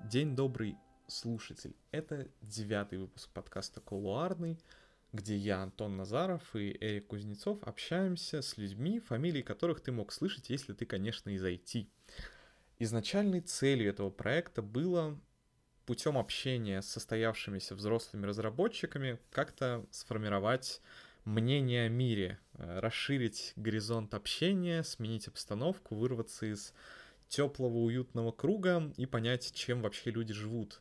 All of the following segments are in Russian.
День добрый, слушатель. Это 9-й выпуск подкаста «Кулуарный», где я, Антон Назаров и Эрик Кузнецов общаемся с людьми, фамилии которых ты мог слышать, если ты, конечно, из IT. Изначальной целью этого проекта было путем общения с состоявшимися взрослыми разработчиками как-то сформировать мнение о мире, расширить горизонт общения, сменить обстановку, вырваться из теплого, уютного круга и понять, чем вообще люди живут.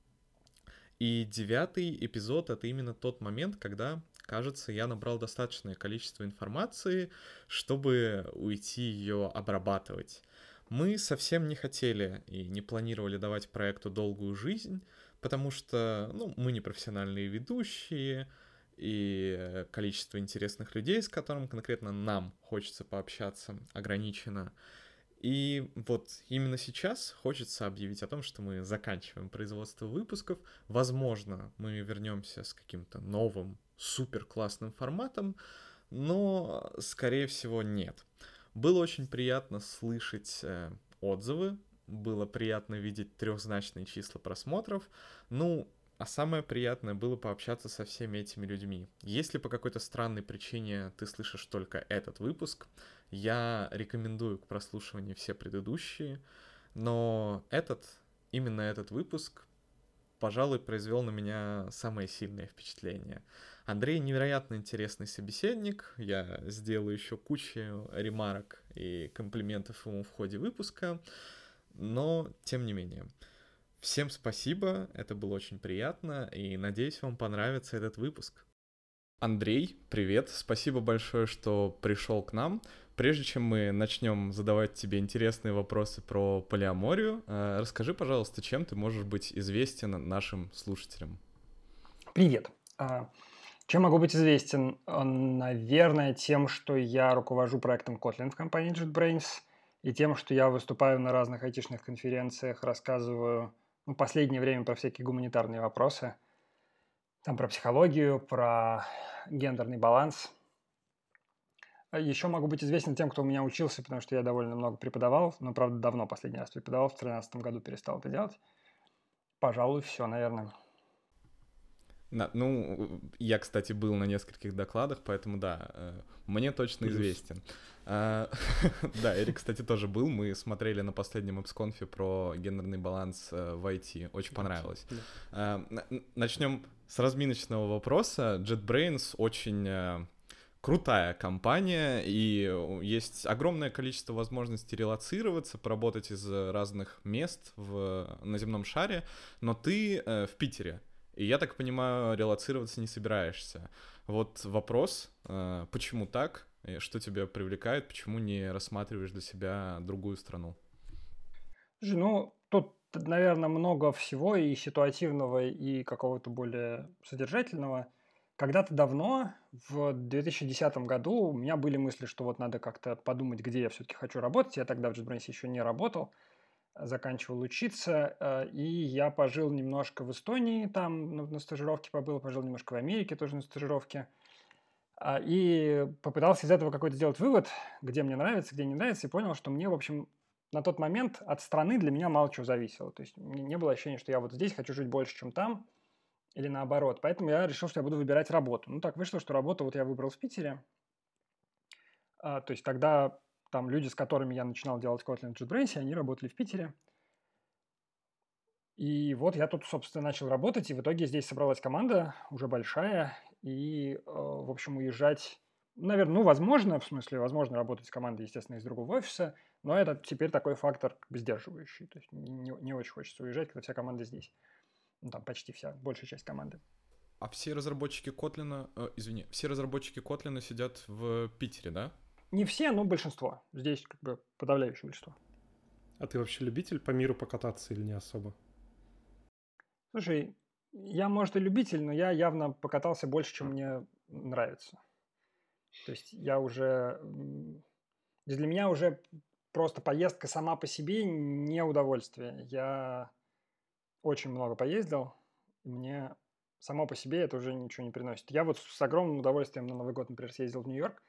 И 9-й эпизод — это именно тот момент, когда, кажется, я набрал достаточное количество информации, чтобы уйти ее обрабатывать. Мы совсем не хотели и не планировали давать проекту долгую жизнь, потому что, мы не профессиональные ведущие, и количество интересных людей, с которым конкретно нам хочется пообщаться, ограничено. И вот именно сейчас хочется объявить о том, что мы заканчиваем производство выпусков. Возможно, мы вернемся с каким-то новым, супер классным форматом, но, скорее всего, нет. Было очень приятно слышать отзывы, было приятно видеть трехзначные числа просмотров. А самое приятное было пообщаться со всеми этими людьми. Если по какой-то странной причине ты слышишь только этот выпуск, я рекомендую к прослушиванию все предыдущие, но именно этот выпуск, пожалуй, произвел на меня самое сильное впечатление. Андрей невероятно интересный собеседник, я сделаю еще кучу ремарок и комплиментов ему в ходе выпуска, но тем не менее. Всем спасибо, это было очень приятно, и надеюсь, вам понравится этот выпуск. Андрей, привет, спасибо большое, что пришел к нам. Прежде чем мы начнем задавать тебе интересные вопросы про полиаморию, расскажи, пожалуйста, чем ты можешь быть известен нашим слушателям? Привет. Чем могу быть известен? Наверное, тем, что я руковожу проектом Kotlin в компании JetBrains, и тем, что я выступаю на разных айтишных конференциях, рассказываю в последнее время про всякие гуманитарные вопросы, там про психологию, про гендерный баланс. Еще могу быть известен тем, кто у меня учился, потому что я довольно много преподавал, но, правда, давно последний раз преподавал, в 2013 году перестал это делать. Пожалуй, все, наверное. Я, кстати, был на нескольких докладах, поэтому да, мне точно известен. Да, Эрик, кстати, тоже был. Мы смотрели на последнем EBSConf про гендерный баланс в IT. Очень понравилось. Начнем с разминочного вопроса. JetBrains очень крутая компания, и есть огромное количество возможностей релоцироваться, поработать из разных мест на земном шаре, но ты в Питере. И я так понимаю, релоцироваться не собираешься. Вот вопрос, почему так? Что тебя привлекает? Почему не рассматриваешь для себя другую страну? Тут, наверное, много всего и ситуативного, и какого-то более содержательного. Когда-то давно, в 2010 году, у меня были мысли, что вот надо как-то подумать, где я все-таки хочу работать. Я тогда в JetBrains еще не работал, заканчивал учиться, и я пожил немножко в Эстонии, там на стажировке побыл, пожил немножко в Америке тоже на стажировке, и попытался из этого какой-то сделать вывод, где мне нравится, где не нравится, и понял, что мне, в общем, на тот момент от страны для меня мало чего зависело. То есть не было ощущения, что я вот здесь хочу жить больше, чем там, или наоборот. Поэтому я решил, что я буду выбирать работу. Так вышло, что работу вот я выбрал в Питере. То есть тогда там люди, с которыми я начинал делать Kotlin в JetBrains, они работали в Питере. И вот я тут, собственно, начал работать, и в итоге здесь собралась команда, уже большая, и, в общем, уезжать, наверное, возможно, в смысле, возможно работать с командой, естественно, из другого офиса, но это теперь такой фактор как бы сдерживающий, то есть не очень хочется уезжать, когда вся команда здесь, там почти вся, большая часть команды. А все разработчики Kotlin, все разработчики Kotlin сидят в Питере, да? Не все, но большинство. Здесь как бы подавляющее большинство. А ты вообще любитель по миру покататься или не особо? Слушай, я, может, и любитель, но я явно покатался больше, чем мне нравится. То есть я уже... Для меня уже просто поездка сама по себе не удовольствие. Я очень много поездил, и мне само по себе это уже ничего не приносит. Я вот с огромным удовольствием на Новый год, например, съездил в Нью-Йорк.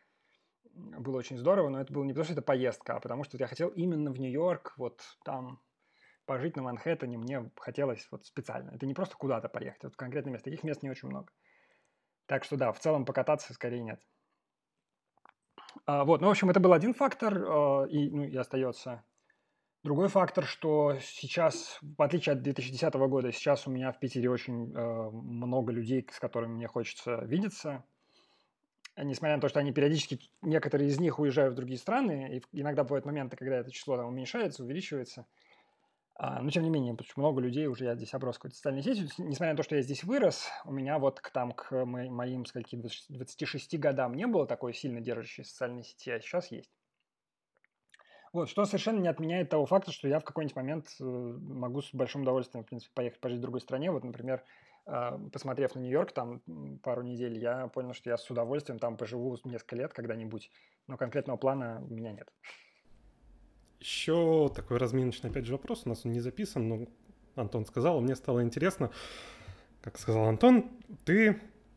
Было очень здорово, но это было не потому, что это поездка, а потому что я хотел именно в Нью-Йорк, вот там пожить на Манхэттене мне хотелось вот специально. Это не просто куда-то поехать, это конкретное место. Таких мест не очень много. Так что да, в целом покататься скорее нет. Вот, ну, в общем, это был один фактор, и остается. Другой фактор, что сейчас, в отличие от 2010 года, сейчас у меня в Питере очень много людей, с которыми мне хочется видеться. Несмотря на то, что они периодически, некоторые из них уезжают в другие страны, и иногда бывают моменты, когда это число там уменьшается, увеличивается. Но тем не менее, потому что много людей уже я здесь оброс какой-то социальной сетью. Несмотря на то, что я здесь вырос, у меня вот к моим, скольки, 26 годам не было такой сильно держащей социальной сети, а сейчас есть. Вот, что совершенно не отменяет того факта, что я в какой-нибудь момент могу с большим удовольствием, в принципе, поехать пожить в другой стране. Вот, например, посмотрев на Нью-Йорк там пару недель, я понял, что я с удовольствием там поживу несколько лет когда-нибудь, но конкретного плана у меня нет. Еще такой разминочный, опять же, вопрос. У нас он не записан, но Антон сказал, мне стало интересно. Как сказал Антон, ты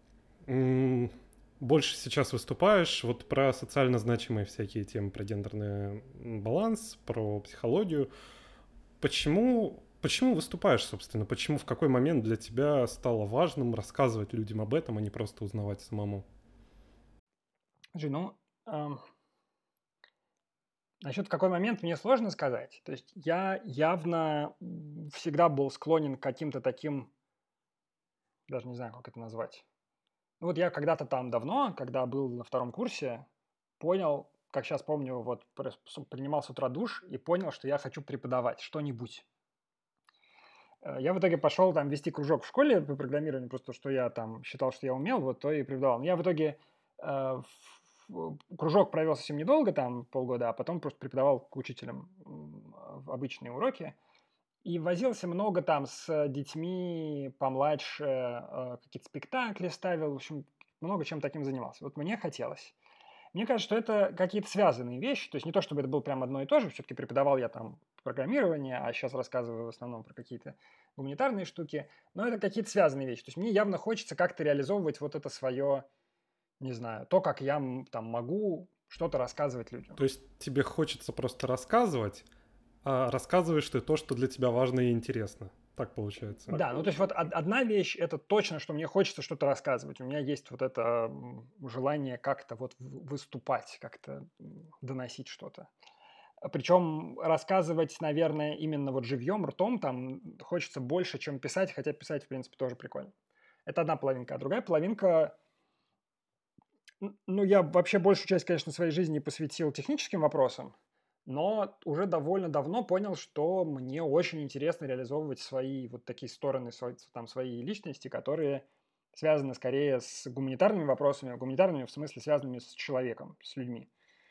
больше сейчас выступаешь вот про социально значимые всякие темы, про гендерный баланс, про психологию. Почему выступаешь, собственно? Почему, в какой момент для тебя стало важным рассказывать людям об этом, а не просто узнавать самому? Ну, насчет в какой момент мне сложно сказать. То есть я явно всегда был склонен к каким-то таким, даже не знаю, как это назвать. Ну вот я когда-то там давно, когда был на втором курсе, понял, как сейчас помню, вот принимал с утра душ и понял, что я хочу преподавать что-нибудь. Я в итоге пошел там вести кружок в школе по программированию, просто что я там считал, что я умел, вот то и преподавал. Но я в итоге кружок провел совсем недолго, там полгода, а потом просто преподавал к учителям обычные уроки. И возился много там с детьми помладше, какие-то спектакли ставил, в общем, много чем таким занимался. Вот мне хотелось. Мне кажется, что это какие-то связанные вещи, то есть не то, чтобы это было прям одно и то же, все-таки преподавал я там программирование, а сейчас рассказываю в основном про какие-то гуманитарные штуки, но это какие-то связанные вещи. То есть мне явно хочется как-то реализовывать вот это свое, не знаю, то, как я там могу что-то рассказывать людям. То есть тебе хочется просто рассказывать, а рассказываешь ты то, что для тебя важно и интересно. Так получается. Да, ну то есть вот одна вещь, это точно, что мне хочется что-то рассказывать. У меня есть вот это желание как-то вот выступать, как-то доносить что-то. Причем рассказывать, наверное, именно вот живьем, ртом, там хочется больше, чем писать, хотя писать, в принципе, тоже прикольно. Это одна половинка. А другая половинка, ну, я вообще большую часть, конечно, своей жизни посвятил техническим вопросам, но уже довольно давно понял, что мне очень интересно реализовывать свои вот такие стороны, свои личности, которые связаны скорее с гуманитарными вопросами, гуманитарными в смысле связанными с человеком, с людьми.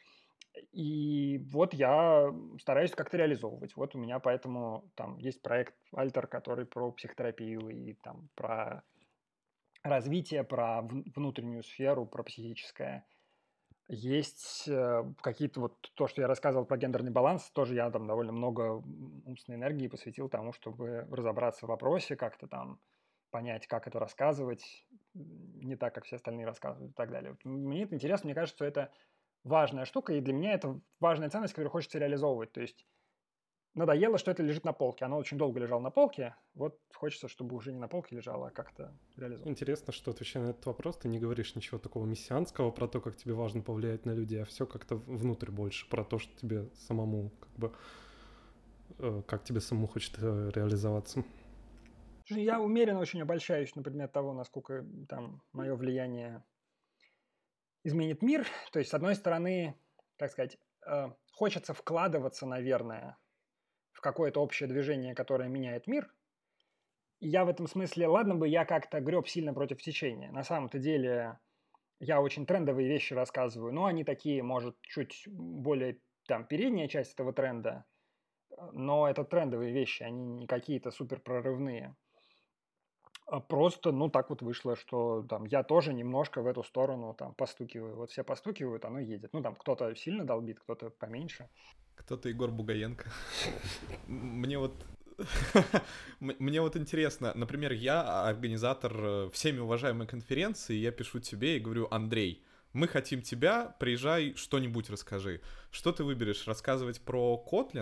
И вот я стараюсь как-то реализовывать. Вот у меня поэтому там есть проект «Альтер», который про психотерапию и там про развитие, про внутреннюю сферу, про психическое. Есть какие-то вот то, что я рассказывал про гендерный баланс, тоже я там довольно много умственной энергии посвятил тому, чтобы разобраться в вопросе, как-то там понять, как это рассказывать, не так, как все остальные рассказывают и так далее. Вот мне это интересно, мне кажется, что это важная штука, и для меня это важная ценность, которую хочется реализовывать. То есть надоело, что это лежит на полке. Оно очень долго лежало на полке. Вот хочется, чтобы уже не на полке лежало, а как-то реализовать. Интересно, что, отвечая на этот вопрос, ты не говоришь ничего такого мессианского про то, как тебе важно повлиять на людей, а все как-то внутрь больше, про то, что тебе самому, как тебе самому хочется реализоваться. Я умеренно очень обольщаюсь на предмет того, насколько там мое влияние изменит мир. То есть, с одной стороны, как сказать, хочется вкладываться, наверное, в какое-то общее движение, которое меняет мир. И я в этом смысле, ладно бы я как-то греб сильно против течения. На самом-то деле я очень трендовые вещи рассказываю, но они такие, может, чуть более там передняя часть этого тренда, но это трендовые вещи, они не какие-то супер прорывные. Просто, ну, так вот вышло, что там я тоже немножко в эту сторону там постукиваю. Вот все постукивают, оно едет. Ну, там кто-то сильно долбит, кто-то поменьше. Кто-то Егор Бугаенко. Мне вот интересно, например, я организатор всеми уважаемой конференции, я пишу тебе и говорю: Андрей, мы хотим тебя, приезжай, что-нибудь расскажи. Что ты выберешь, рассказывать про Kotlin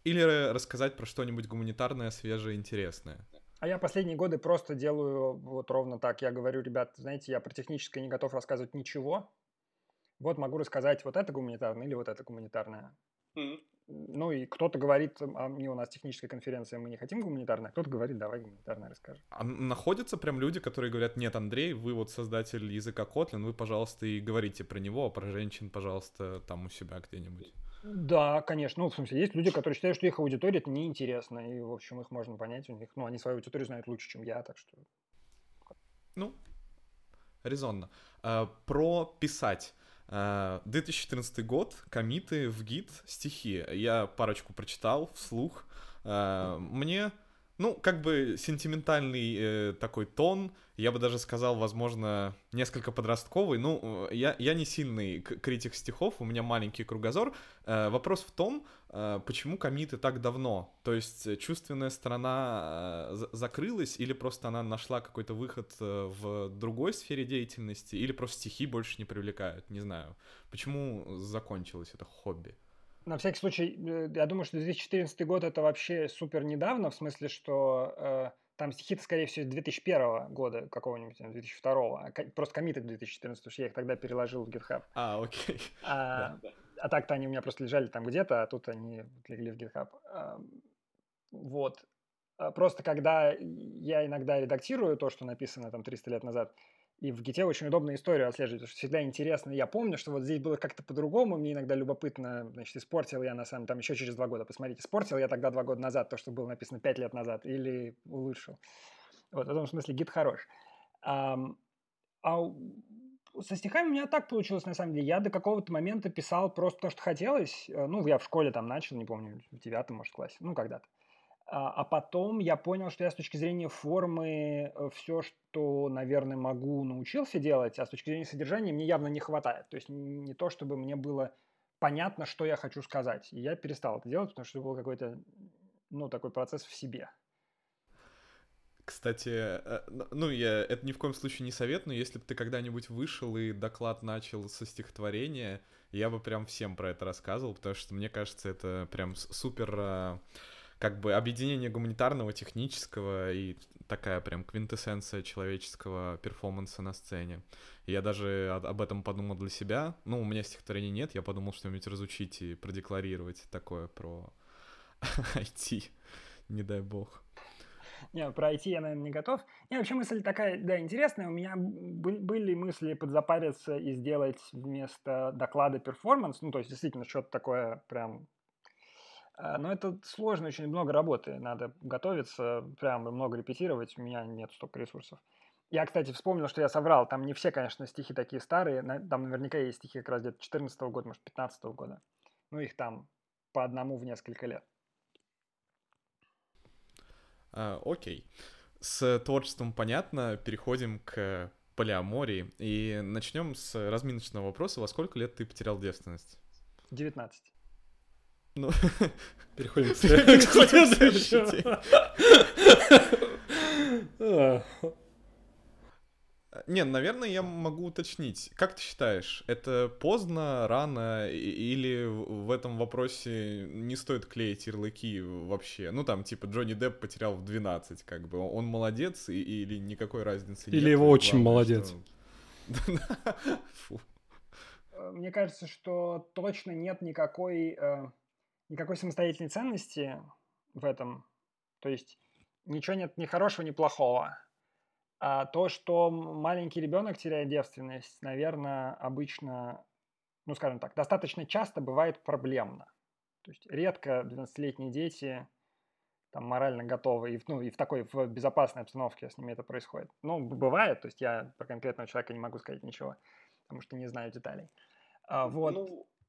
Или рассказать про что-нибудь гуманитарное, свежее, интересное. А я последние годы просто делаю вот ровно так. Я говорю, ребят, знаете, я про техническое не готов рассказывать ничего. Вот могу рассказать вот это гуманитарное или вот это гуманитарное. Ну и кто-то говорит, а мне у нас техническая конференция, мы не хотим гуманитарное, а кто-то говорит, давай гуманитарное расскажем. А находятся прям люди, которые говорят, нет, Андрей, вы вот создатель языка Kotlin, вы, пожалуйста, и говорите про него, а про женщин, пожалуйста, там у себя где-нибудь. Да, конечно. Ну, в смысле, есть люди, которые считают, что их аудитория это неинтересно, и, в общем, их можно понять, у них, ну, они свою аудиторию знают лучше, чем я, так что... Ну, резонно. Про писать. 2014 год, коммиты в гид, стихи. Я парочку прочитал вслух. Мне, ну, как бы сентиментальный такой тон, я бы даже сказал, возможно, несколько подростковый. Ну, я не сильный критик стихов, у меня маленький кругозор. Вопрос в том, почему коммиты так давно? То есть чувственная сторона закрылась, или просто она нашла какой-то выход в другой сфере деятельности, или просто стихи больше не привлекают, не знаю. Почему закончилось это хобби? На всякий случай, я думаю, что 2014 год это вообще супер недавно, в смысле, что там стихи-то, скорее всего, 2001 года, какого-нибудь, 2002, просто коммиты 2014, потому что я их тогда переложил в GitHub. Окей. А так-то они у меня просто лежали там где-то, а тут они легли в GitHub. Вот. Просто когда я иногда редактирую то, что написано там 300 лет назад, и в Гите очень удобно историю отслеживать, потому что всегда интересно. Я помню, что вот здесь было как-то по-другому, мне иногда любопытно, значит, испортил я на самом там еще через 2 года, посмотрите, испортил я тогда 2 года назад то, что было написано 5 лет назад, или улучшил. Вот в этом смысле гид хорош. Со стихами у меня так получилось, на самом деле. Я до какого-то момента писал просто то, что хотелось. Ну, я в школе там начал, не помню, в 9, может, классе, ну, когда-то. А потом я понял, что я с точки зрения формы все, что, наверное, могу, научился делать, а с точки зрения содержания мне явно не хватает. То есть не то, чтобы мне было понятно, что я хочу сказать. И я перестал это делать, потому что это был какой-то, ну, такой процесс в себе. Кстати, ну, я это ни в коем случае не советую, но если бы ты когда-нибудь вышел и доклад начал со стихотворения, я бы прям всем про это рассказывал, потому что мне кажется, это прям супер, как бы, объединение гуманитарного, технического и такая прям квинтэссенция человеческого перформанса на сцене. И я даже об этом подумал для себя. Ну, у меня стихотворений нет, я подумал что-нибудь разучить и продекларировать такое про IT, не дай бог. Не, про IT я, наверное, не готов. Не, вообще мысль такая, да, интересная. У меня были мысли подзапариться и сделать вместо доклада перформанс. Ну, то есть, действительно, что-то такое прям... Но это сложно, очень много работы. Надо готовиться, прям много репетировать. У меня нет столько ресурсов. Я, кстати, вспомнил, что я соврал. Там не все, конечно, стихи такие старые. Там наверняка есть стихи как раз где-то 2014 года, может, 2015 года. Ну, их там по одному в несколько лет. Окей. С творчеством понятно, переходим к полиамории. И начнем с разминочного вопроса. Во сколько лет ты потерял девственность? 19. Ну, переходим к следующему. Не, наверное, я могу уточнить. Как ты считаешь, это поздно, рано, или в этом вопросе не стоит клеить ярлыки вообще? Ну, там, типа, Джонни Депп потерял в 12, как бы. Он молодец, или никакой разницы нет? Или его очень молодец. Фу. Мне кажется, что точно нет никакой самостоятельной ценности в этом. То есть ничего нет ни хорошего, ни плохого. А то, что маленький ребенок теряет девственность, наверное, обычно, ну, скажем так, достаточно часто бывает проблемно. То есть редко 12-летние дети там морально готовы, и в такой в безопасной обстановке с ними это происходит. Ну, бывает, то есть я про конкретного человека не могу сказать ничего, потому что не знаю деталей. Вот.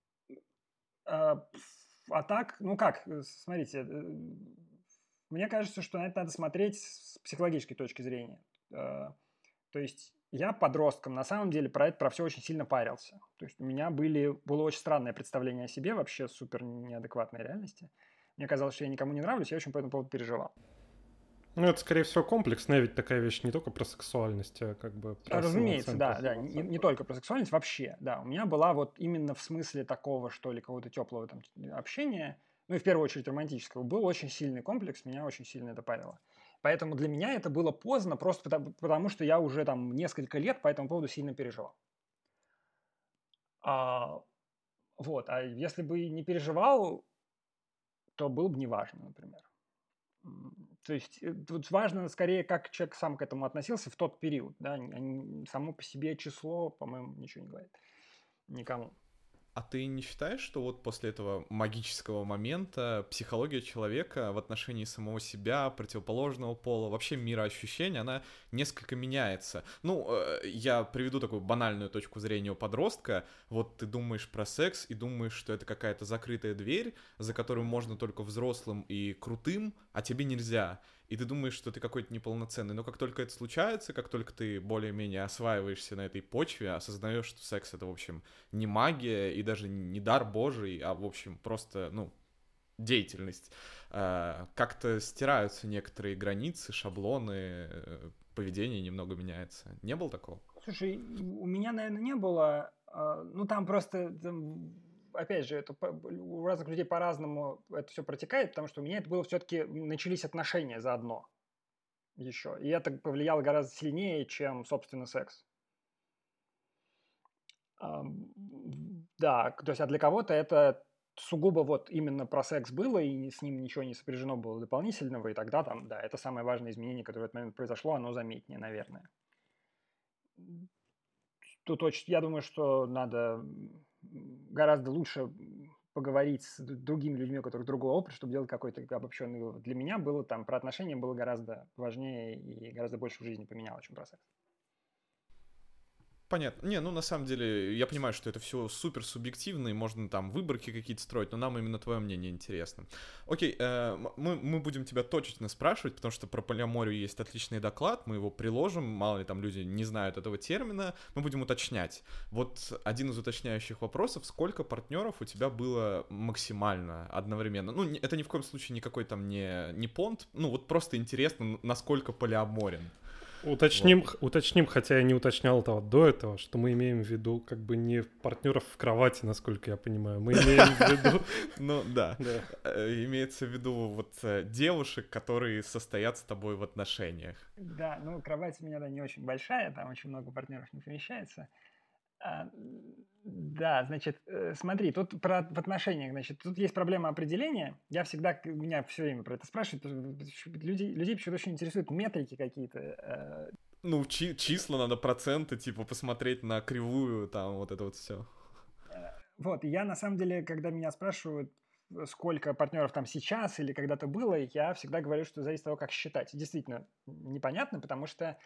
А так, ну как, смотрите, мне кажется, что на это надо смотреть с психологической точки зрения. То есть я подростком на самом деле про все очень сильно парился. То есть у меня было очень странное представление о себе, вообще супер неадекватной реальности. Мне казалось, что я никому не нравлюсь, я очень по этому поводу переживал. Ну, это, скорее всего, комплексная ведь такая вещь не только про сексуальность, а как бы про разумеется, да, не только про сексуальность, вообще, да. У меня была вот именно в смысле такого, что ли, какого-то теплого там общения, ну и в первую очередь романтического, был очень сильный комплекс, меня очень сильно это парило. Поэтому для меня это было поздно, просто потому что я уже там несколько лет по этому поводу сильно переживал. Вот, а если бы не переживал, то было бы неважно, например. То есть тут важно скорее, как человек сам к этому относился в тот период. Да? Само по себе число, по-моему, ничего не говорит никому. А ты не считаешь, что вот после этого магического момента психология человека в отношении самого себя, противоположного пола, вообще мироощущения, она несколько меняется? Ну, я приведу такую банальную точку зрения у подростка. Вот ты думаешь про секс и думаешь, что это какая-то закрытая дверь, за которую можно только взрослым и крутым, а тебе нельзя. И ты думаешь, что ты какой-то неполноценный. Но как только это случается, как только ты более-менее осваиваешься на этой почве, осознаешь, что секс — это, в общем, не магия и даже не дар божий, а, в общем, просто, ну, деятельность, как-то стираются некоторые границы, шаблоны, поведение немного меняется. Не было такого? Слушай, у меня, наверное, не было. Ну, там просто... Опять же, это у разных людей по-разному это все протекает, потому что у меня это было все-таки, начались отношения заодно еще. И это повлияло гораздо сильнее, чем, собственно, секс. Да, то есть, а для кого-то это сугубо вот именно про секс было, и с ним ничего не сопряжено было дополнительного, и тогда там, да, это самое важное изменение, которое в этот момент произошло, оно заметнее, наверное. Тут очень, я думаю, что надо гораздо лучше поговорить с другими людьми, у которых другой опыт, чтобы делать какой-то обобщенный вывод. Для меня было там про отношения было гораздо важнее и гораздо больше в жизни поменяло, чем про секс. Понятно. Не, ну на самом деле, я понимаю, что это все супер субъективно, и можно там выборки какие-то строить, но нам именно твое мнение интересно. Окей, мы будем тебя точечно спрашивать, потому что про полиаморию есть отличный доклад, мы его приложим, мало ли там люди не знают этого термина, мы будем уточнять. Вот один из уточняющих вопросов: сколько партнеров у тебя было максимально одновременно? Ну, это ни в коем случае никакой там не понт, ну вот просто интересно, насколько полиаморен. Уточним, хотя я не уточнял этого до этого, что мы имеем в виду как бы не партнеров в кровати, насколько я понимаю. Мы имеем в виду... Ну да, имеется в виду вот девушек, которые состоят с тобой в отношениях. Да, ну кровать у меня, да, не очень большая, там очень много партнеров не помещается. Да, значит, смотри, тут в отношениях, значит, тут есть проблема определения. Меня все время про это спрашивают. Людей почему-то очень интересуют метрики какие-то. Ну, числа надо, проценты, типа, посмотреть на кривую, там, вот это вот все. Вот, и я, на самом деле, когда меня спрашивают, сколько партнеров там сейчас или когда-то было, я всегда говорю, что зависит от того, как считать. Действительно, непонятно, потому что,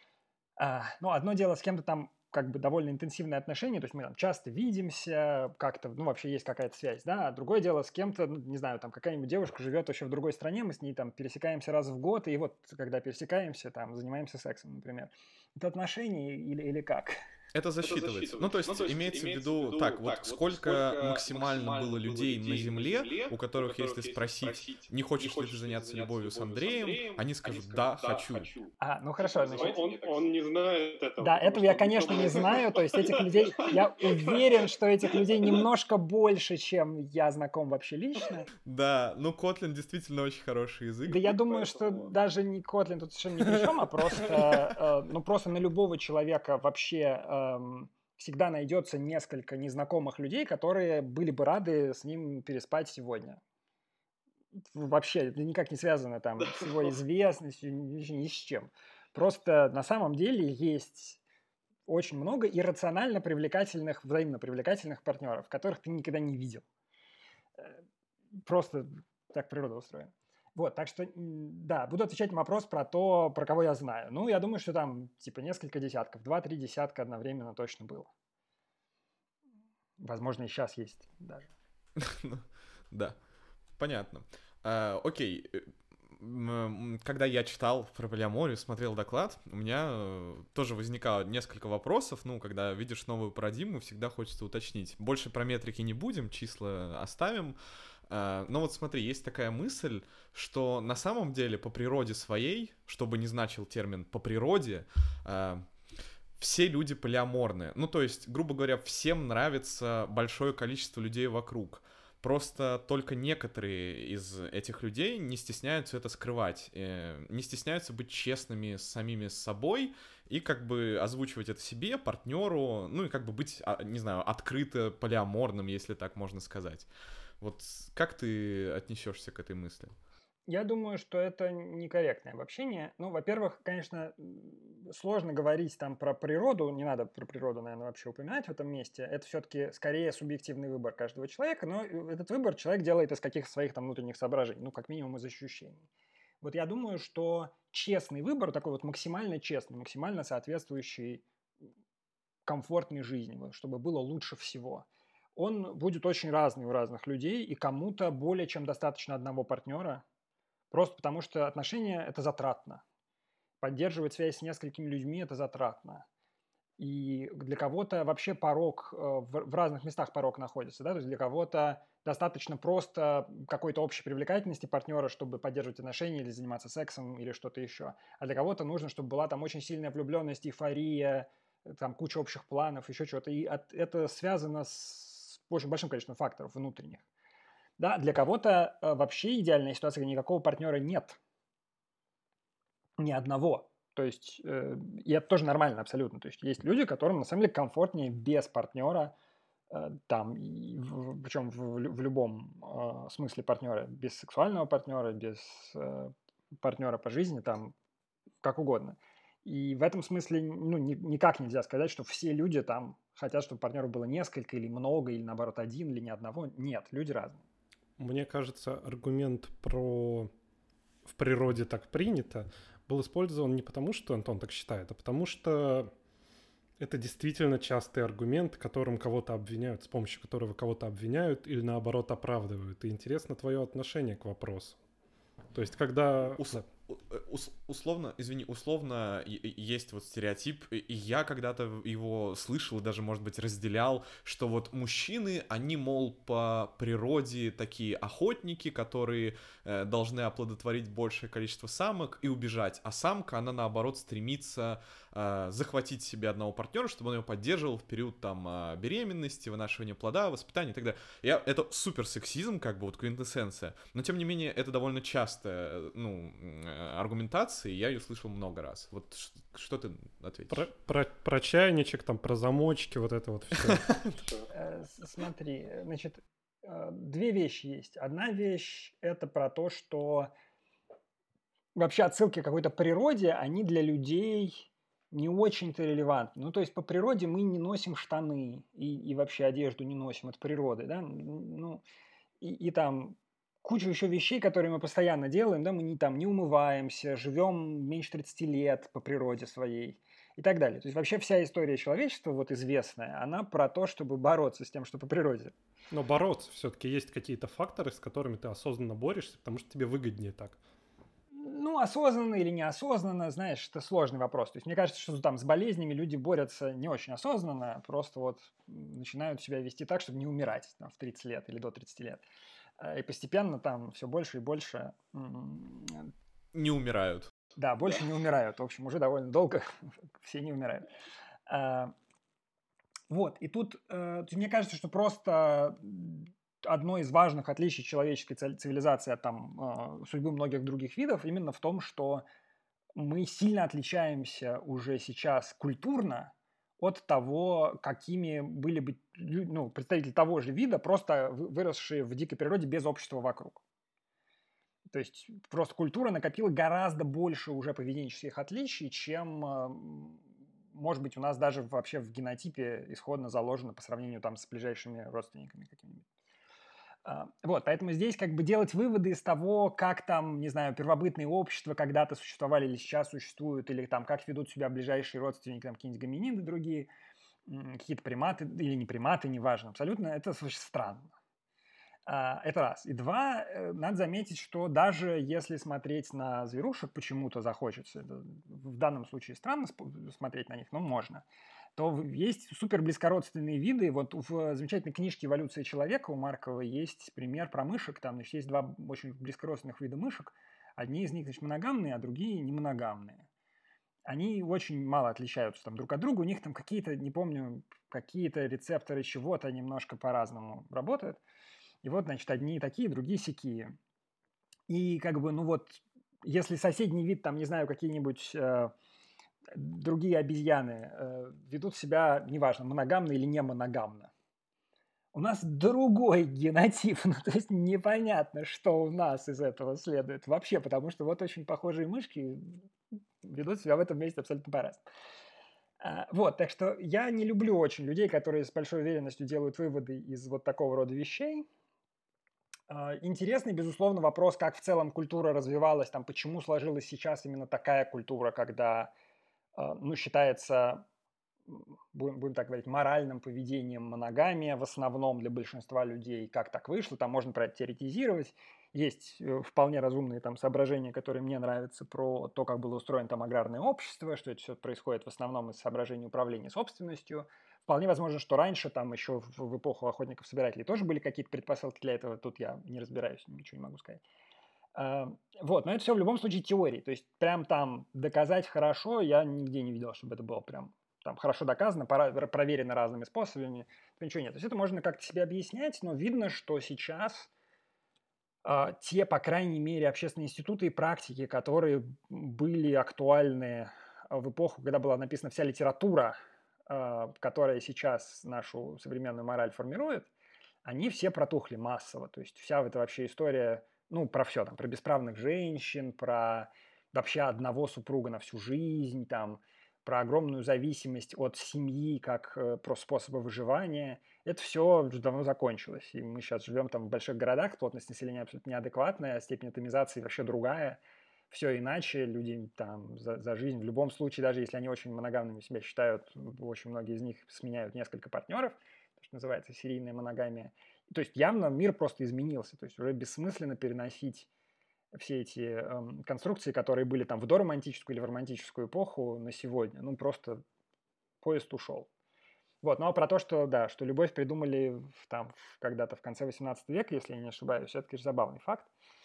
ну, одно дело с кем-то там как бы довольно интенсивные отношения, то есть мы там часто видимся, как-то, ну, вообще есть какая-то связь, да, а другое дело с кем-то, ну, не знаю, там какая-нибудь девушка живет вообще в другой стране, мы с ней там пересекаемся раз в год, и вот когда пересекаемся, там, занимаемся сексом, например. Это отношения или как? Это засчитывается. Ну, то есть имеется в виду, так, вот сколько максимально было людей на Земле, у которых, если спросить, не хочешь ли ты заняться любовью с Андреем, они скажут: да, хочу. Ну хорошо. Значит, он не знает этого. Да, этого я, конечно, не знаю. То есть этих людей, я уверен, что этих людей немножко больше, чем я знаком вообще лично. Да, ну Kotlin действительно очень хороший язык. Да я думаю, что даже не Kotlin тут совершенно ни при чем, а просто, ну просто на любого человека вообще всегда найдется несколько незнакомых людей, которые были бы рады с ним переспать сегодня. Вообще, это никак не связано там с его известностью, ни с чем. Просто на самом деле есть очень много иррационально привлекательных, взаимно привлекательных партнеров, которых ты никогда не видел. Просто так природа устроена. Вот, так что, да, буду отвечать на вопрос про то, про кого я знаю. Ну, я думаю, что там, типа, несколько десятков, 2-3 десятка одновременно точно было. Возможно, и сейчас есть даже. Да, понятно. Окей, когда я читал про полиаморию, смотрел доклад, у меня тоже возникало несколько вопросов. Ну, когда видишь новую парадигму, всегда хочется уточнить. Больше про метрики не будем, числа оставим. Но вот смотри, есть такая мысль, что на самом деле по природе своей, чтобы не значил термин «по природе», все люди полиаморные. Ну, то есть, грубо говоря, всем нравится большое количество людей вокруг. Просто только некоторые из этих людей не стесняются это скрывать, не стесняются быть честными с самими собой и как бы озвучивать это себе, партнеру, ну и как бы быть, не знаю, открыто полиаморным, если так можно сказать. Вот как ты отнесешься к этой мысли? Я думаю, что это некорректное обобщение. Ну, во-первых, конечно, сложно говорить там про природу, не надо про природу, наверное, вообще упоминать в этом месте. Это все-таки скорее субъективный выбор каждого человека, но этот выбор человек делает из каких-то своих там внутренних соображений, ну, как минимум из ощущений. Вот я думаю, что честный выбор, такой вот максимально честный, максимально соответствующий комфортной жизни, вот, чтобы было лучше всего, он будет очень разный у разных людей, и кому-то более чем достаточно одного партнера, просто потому что отношения – это затратно. Поддерживать связь с несколькими людьми – это затратно. И для кого-то вообще порог, в разных местах порог находится. Да? То есть для кого-то достаточно просто какой-то общей привлекательности партнера, чтобы поддерживать отношения или заниматься сексом или что-то еще. А для кого-то нужно, чтобы была там очень сильная влюбленность, эйфория, там куча общих планов, еще что-то. И это связано с очень большим количеством факторов внутренних. Да, для кого-то вообще идеальная ситуация, где никакого партнера нет. Ни одного. То есть, и это тоже нормально абсолютно. То есть, есть люди, которым на самом деле комфортнее без партнера, там, причем в любом смысле партнера, без сексуального партнера, без партнера по жизни, там, как угодно. И в этом смысле ну, никак нельзя сказать, что все люди там хотят, чтобы партнеров было несколько или много, или наоборот один, или ни одного. Нет, люди разные. Мне кажется, аргумент про «в природе так принято» был использован не потому, что Антон так считает, а потому что это действительно частый аргумент, которым кого-то обвиняют, с помощью которого кого-то обвиняют или наоборот оправдывают. И интересно твое отношение к вопросу. То есть, когда... Условно есть вот стереотип, и я когда-то его слышал и даже, может быть, разделял, что вот мужчины, они, мол, по природе такие охотники, которые должны оплодотворить большее количество самок и убежать, а самка, она, наоборот, стремится захватить себе одного партнера, чтобы он его поддерживал в период там беременности, вынашивания плода, воспитания и так далее. Это супер сексизм, как бы вот квинтэссенция, но тем не менее это довольно часто, аргументации, я ее слышал много раз. Вот что ты ответишь? Про чайничек, там, про замочки, вот это вот все. Смотри, значит, две вещи есть. Одна вещь – это про то, что вообще отсылки к какой-то природе, они для людей не очень-то релевантны. Ну, то есть по природе мы не носим штаны и вообще одежду не носим от природы, да, ну, и там куча еще вещей, которые мы постоянно делаем, да, мы не умываемся, живем меньше 30 лет по природе своей и так далее. То есть вообще вся история человечества, вот известная, она про то, чтобы бороться с тем, что по природе. Но бороться все-таки есть какие-то факторы, с которыми ты осознанно борешься, потому что тебе выгоднее так. Ну, осознанно или неосознанно, знаешь, это сложный вопрос. То есть мне кажется, что там с болезнями люди борются не очень осознанно, просто вот начинают себя вести так, чтобы не умирать там, в 30 лет или до 30 лет. И постепенно там все больше и больше... Не умирают. Да, больше не умирают. В общем, уже довольно долго все не умирают. Вот, и тут мне кажется, что просто одно из важных отличий человеческой цивилизации от там, судьбы многих других видов именно в том, что мы сильно отличаемся уже сейчас культурно от того, какими были бы представители того же вида, просто выросшие в дикой природе без общества вокруг. То есть просто культура накопила гораздо больше уже поведенческих отличий, чем, может быть, у нас даже вообще в генотипе исходно заложено по сравнению там с ближайшими родственниками какими-нибудь. Вот, поэтому здесь как бы делать выводы из того, как там, не знаю, первобытные общества когда-то существовали или сейчас существуют, или там как ведут себя ближайшие родственники, там какие-нибудь гоминиды другие, какие-то приматы или не приматы, неважно, абсолютно, это очень странно. Это раз. И два, надо заметить, что даже если смотреть на зверушек почему-то захочется, в данном случае странно смотреть на них, но можно, то есть супер близкородственные виды. Вот в замечательной книжке «Эволюция человека» у Маркова есть пример про мышек. Там, значит, есть два очень близкородственных вида мышек. Одни из них, значит, моногамные, а другие не моногамные. Они очень мало отличаются там друг от друга. У них там какие-то, не помню, какие-то рецепторы чего-то немножко по-разному работают. И вот, значит, одни такие, другие сякие. И как бы, ну вот, если соседний вид, там, не знаю, какие-нибудь другие обезьяны ведут себя, неважно, моногамно или не моногамно, у нас другой генотип, ну, то есть непонятно, что у нас из этого следует вообще, потому что вот очень похожие мышки ведут себя в этом месте абсолютно по-разному. Вот, так что я не люблю очень людей, которые с большой уверенностью делают выводы из вот такого рода вещей. Интересный, безусловно, вопрос, как в целом культура развивалась, там, почему сложилась сейчас именно такая культура, когда, ну, считается, будем так говорить, моральным поведением моногамия в основном для большинства людей. Как так вышло, там можно про это теоретизировать. Есть вполне разумные там соображения, которые мне нравятся, про то, как было устроено там аграрное общество, что это все происходит в основном из соображений управления собственностью. Вполне возможно, что раньше, там еще в эпоху охотников-собирателей тоже были какие-то предпосылки для этого. Тут я не разбираюсь, ничего не могу сказать. Вот, но это все в любом случае теории. То есть прям там доказать хорошо я нигде не видел, чтобы это было прям там хорошо доказано, проверено разными способами. Ничего нет. То есть это можно как-то себе объяснять, но видно, что сейчас те, по крайней мере, общественные институты и практики, которые были актуальны в эпоху, когда была написана вся литература, которая сейчас нашу современную мораль формирует, они все протухли массово. То есть вся эта вообще история, ну, про все, там, про бесправных женщин, про вообще одного супруга на всю жизнь, там, про огромную зависимость от семьи как просто способа выживания. Это все уже давно закончилось. И мы сейчас живем там в больших городах, плотность населения абсолютно неадекватная, степень атомизации вообще другая. Все иначе, люди там за жизнь, в любом случае, даже если они очень моногамными себя считают, очень многие из них сменяют несколько партнеров, то, что называется серийная моногамия. То есть явно мир просто изменился, то есть уже бессмысленно переносить все эти конструкции, которые были там в доромантическую или в романтическую эпоху на сегодня. Ну, просто поезд ушел. Вот, ну а про то, что, да, что любовь придумали там когда-то в конце 18 века, если я не ошибаюсь, это, конечно, забавный факт.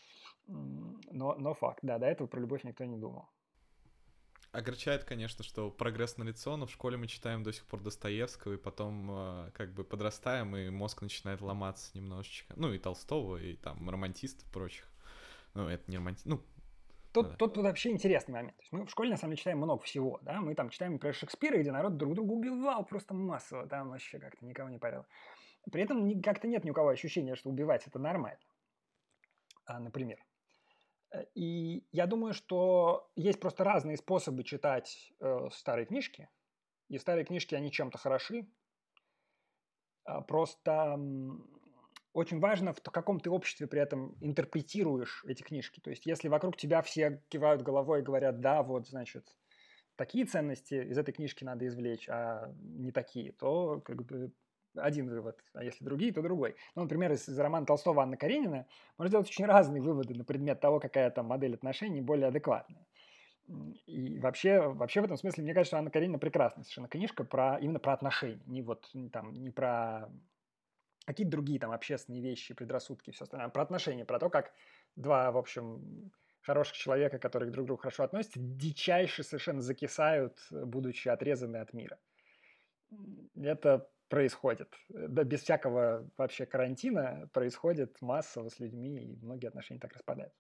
Но факт, да, до этого про любовь никто не думал. Огорчает, конечно, что прогресс налицо, но в школе мы читаем до сих пор Достоевского, и потом как бы подрастаем, и мозг начинает ломаться немножечко. Ну, и Толстого, и там романтистов прочих. Ну, это не романтист, ну... Тут вообще интересный момент. То есть мы в школе, на самом деле, читаем много всего, да? Мы там читаем, например, Шекспира, где народ друг друга убивал просто массово, там вообще как-то никого не парил. При этом как-то нет ни у кого ощущения, что убивать это нормально, например. И я думаю, что есть просто разные способы читать старые книжки. И старые книжки, они чем-то хороши. Просто очень важно, в каком ты обществе при этом интерпретируешь эти книжки. То есть если вокруг тебя все кивают головой и говорят, да, вот, значит, такие ценности из этой книжки надо извлечь, а не такие, то как бы один вывод, а если другие, то другой. Ну, например, из романа Толстого «Анна Каренина» можно сделать очень разные выводы на предмет того, какая там модель отношений более адекватная. И вообще в этом смысле, мне кажется, что Анна Каренина прекрасная совершенно книжка именно про отношения, не про какие-то другие там общественные вещи, предрассудки и все остальное, а про отношения, про то, как два, в общем, хороших человека, которые друг к другу хорошо относятся, дичайше совершенно закисают, будучи отрезаны от мира. Это происходит. Да, без всякого вообще карантина происходит массово с людьми, и многие отношения так распадаются.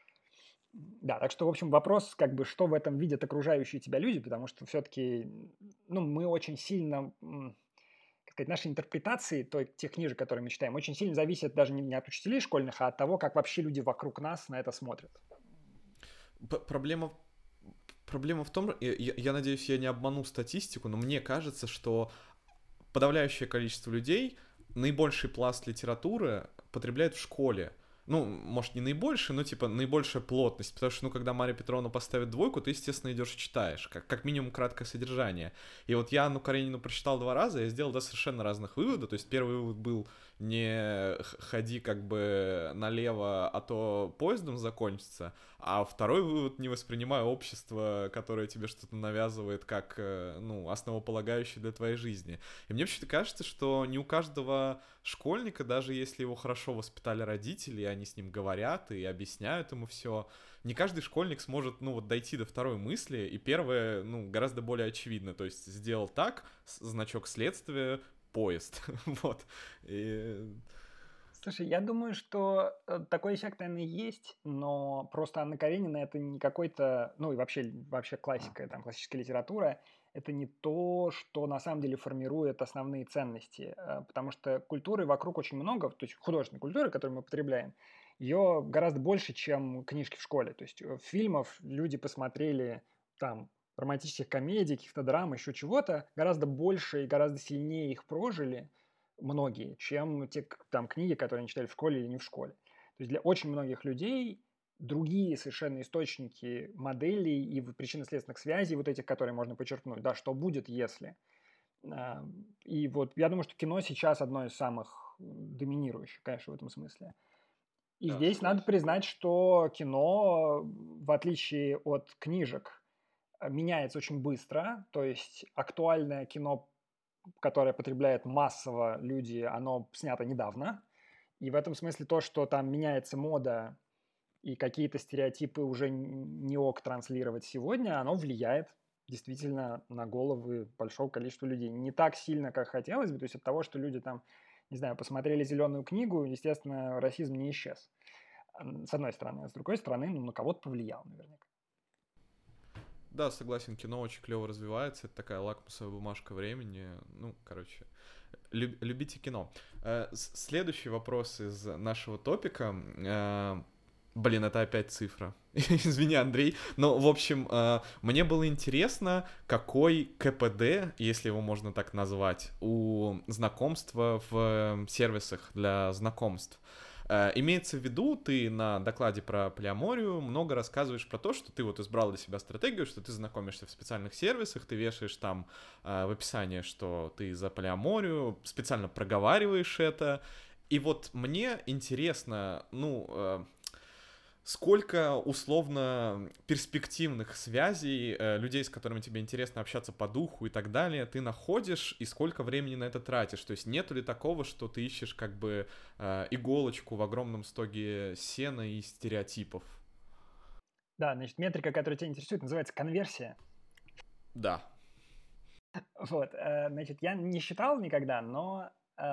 Да, так что, в общем, вопрос, как бы, что в этом видят окружающие тебя люди, потому что все-таки, ну, мы очень сильно, как сказать, наши интерпретации тех книжек, которые мы читаем, очень сильно зависят даже не от учителей школьных, а от того, как вообще люди вокруг нас на это смотрят. Проблема в том, я надеюсь, я не обману статистику, но мне кажется, что подавляющее количество людей наибольший пласт литературы потребляет в школе. Ну, может, не наибольший, но, типа, наибольшая плотность. Потому что, ну, когда Мария Петровна поставит 2, ты, естественно, идешь и читаешь. Как минимум краткое содержание. И вот я Анну Каренину прочитал 2 раза, я сделал совершенно разных выводов. То есть первый вывод был: не ходи как бы налево, а то поездом закончится. А второй вывод: не воспринимай общество, которое тебе что-то навязывает, как, ну, основополагающее для твоей жизни. И мне вообще-то кажется, что не у каждого школьника, даже если его хорошо воспитали родители, и они с ним говорят и объясняют ему все, не каждый школьник сможет, ну, вот дойти до второй мысли, и первое, ну, гораздо более очевидно. То есть сделал так, значок следствия, поезд. Вот. И... Слушай, я думаю, что такой эффект, наверное, есть, но просто Анна Каренина это не какой-то, ну и вообще классика, там, классическая литература, это не то, что на самом деле формирует основные ценности, потому что культуры вокруг очень много, то есть художественной культуры, которую мы потребляем, ее гораздо больше, чем книжки в школе. То есть фильмов люди посмотрели там романтических комедий, каких-то драм, еще чего-то, гораздо больше и гораздо сильнее их прожили многие, чем те там книги, которые они читали в школе или не в школе. То есть для очень многих людей другие совершенно источники моделей и причинно-следственных связей, вот этих, которые можно подчеркнуть, да, что будет, если. И вот я думаю, что кино сейчас одно из самых доминирующих, конечно, в этом смысле. И Да, здесь надо согласен. признать, что кино, в отличие от книжек, меняется очень быстро. То есть актуальное кино, которое потребляют массово люди, оно снято недавно. И в этом смысле то, что там меняется мода и какие-то стереотипы уже не ок транслировать сегодня, оно влияет действительно на головы большого количества людей. Не так сильно, как хотелось бы. То есть от того, что люди там, не знаю, посмотрели «Зеленую книгу», естественно, расизм не исчез. С одной стороны. А с другой стороны, ну, на кого-то повлиял наверняка. Да, согласен, кино очень клево развивается, это такая лакмусовая бумажка времени. Ну, короче, любите кино. Следующий вопрос из нашего топика. Блин, это опять цифра. Извини, Андрей. Но, в общем, мне было интересно, какой КПД, если его можно так назвать, у знакомства в сервисах для знакомств. Имеется в виду, ты на докладе про полиаморию много рассказываешь про то, что ты вот избрал для себя стратегию, что ты знакомишься в специальных сервисах, ты вешаешь там в описании, что ты за полиаморию, специально проговариваешь это. И вот мне интересно, сколько условно перспективных связей, людей, с которыми тебе интересно общаться по духу и так далее, ты находишь, и сколько времени на это тратишь? То есть нету ли такого, что ты ищешь как бы иголочку в огромном стоге сена и стереотипов? Да, значит, метрика, которая тебя интересует, называется конверсия. Да. Вот, значит, я не считал никогда, но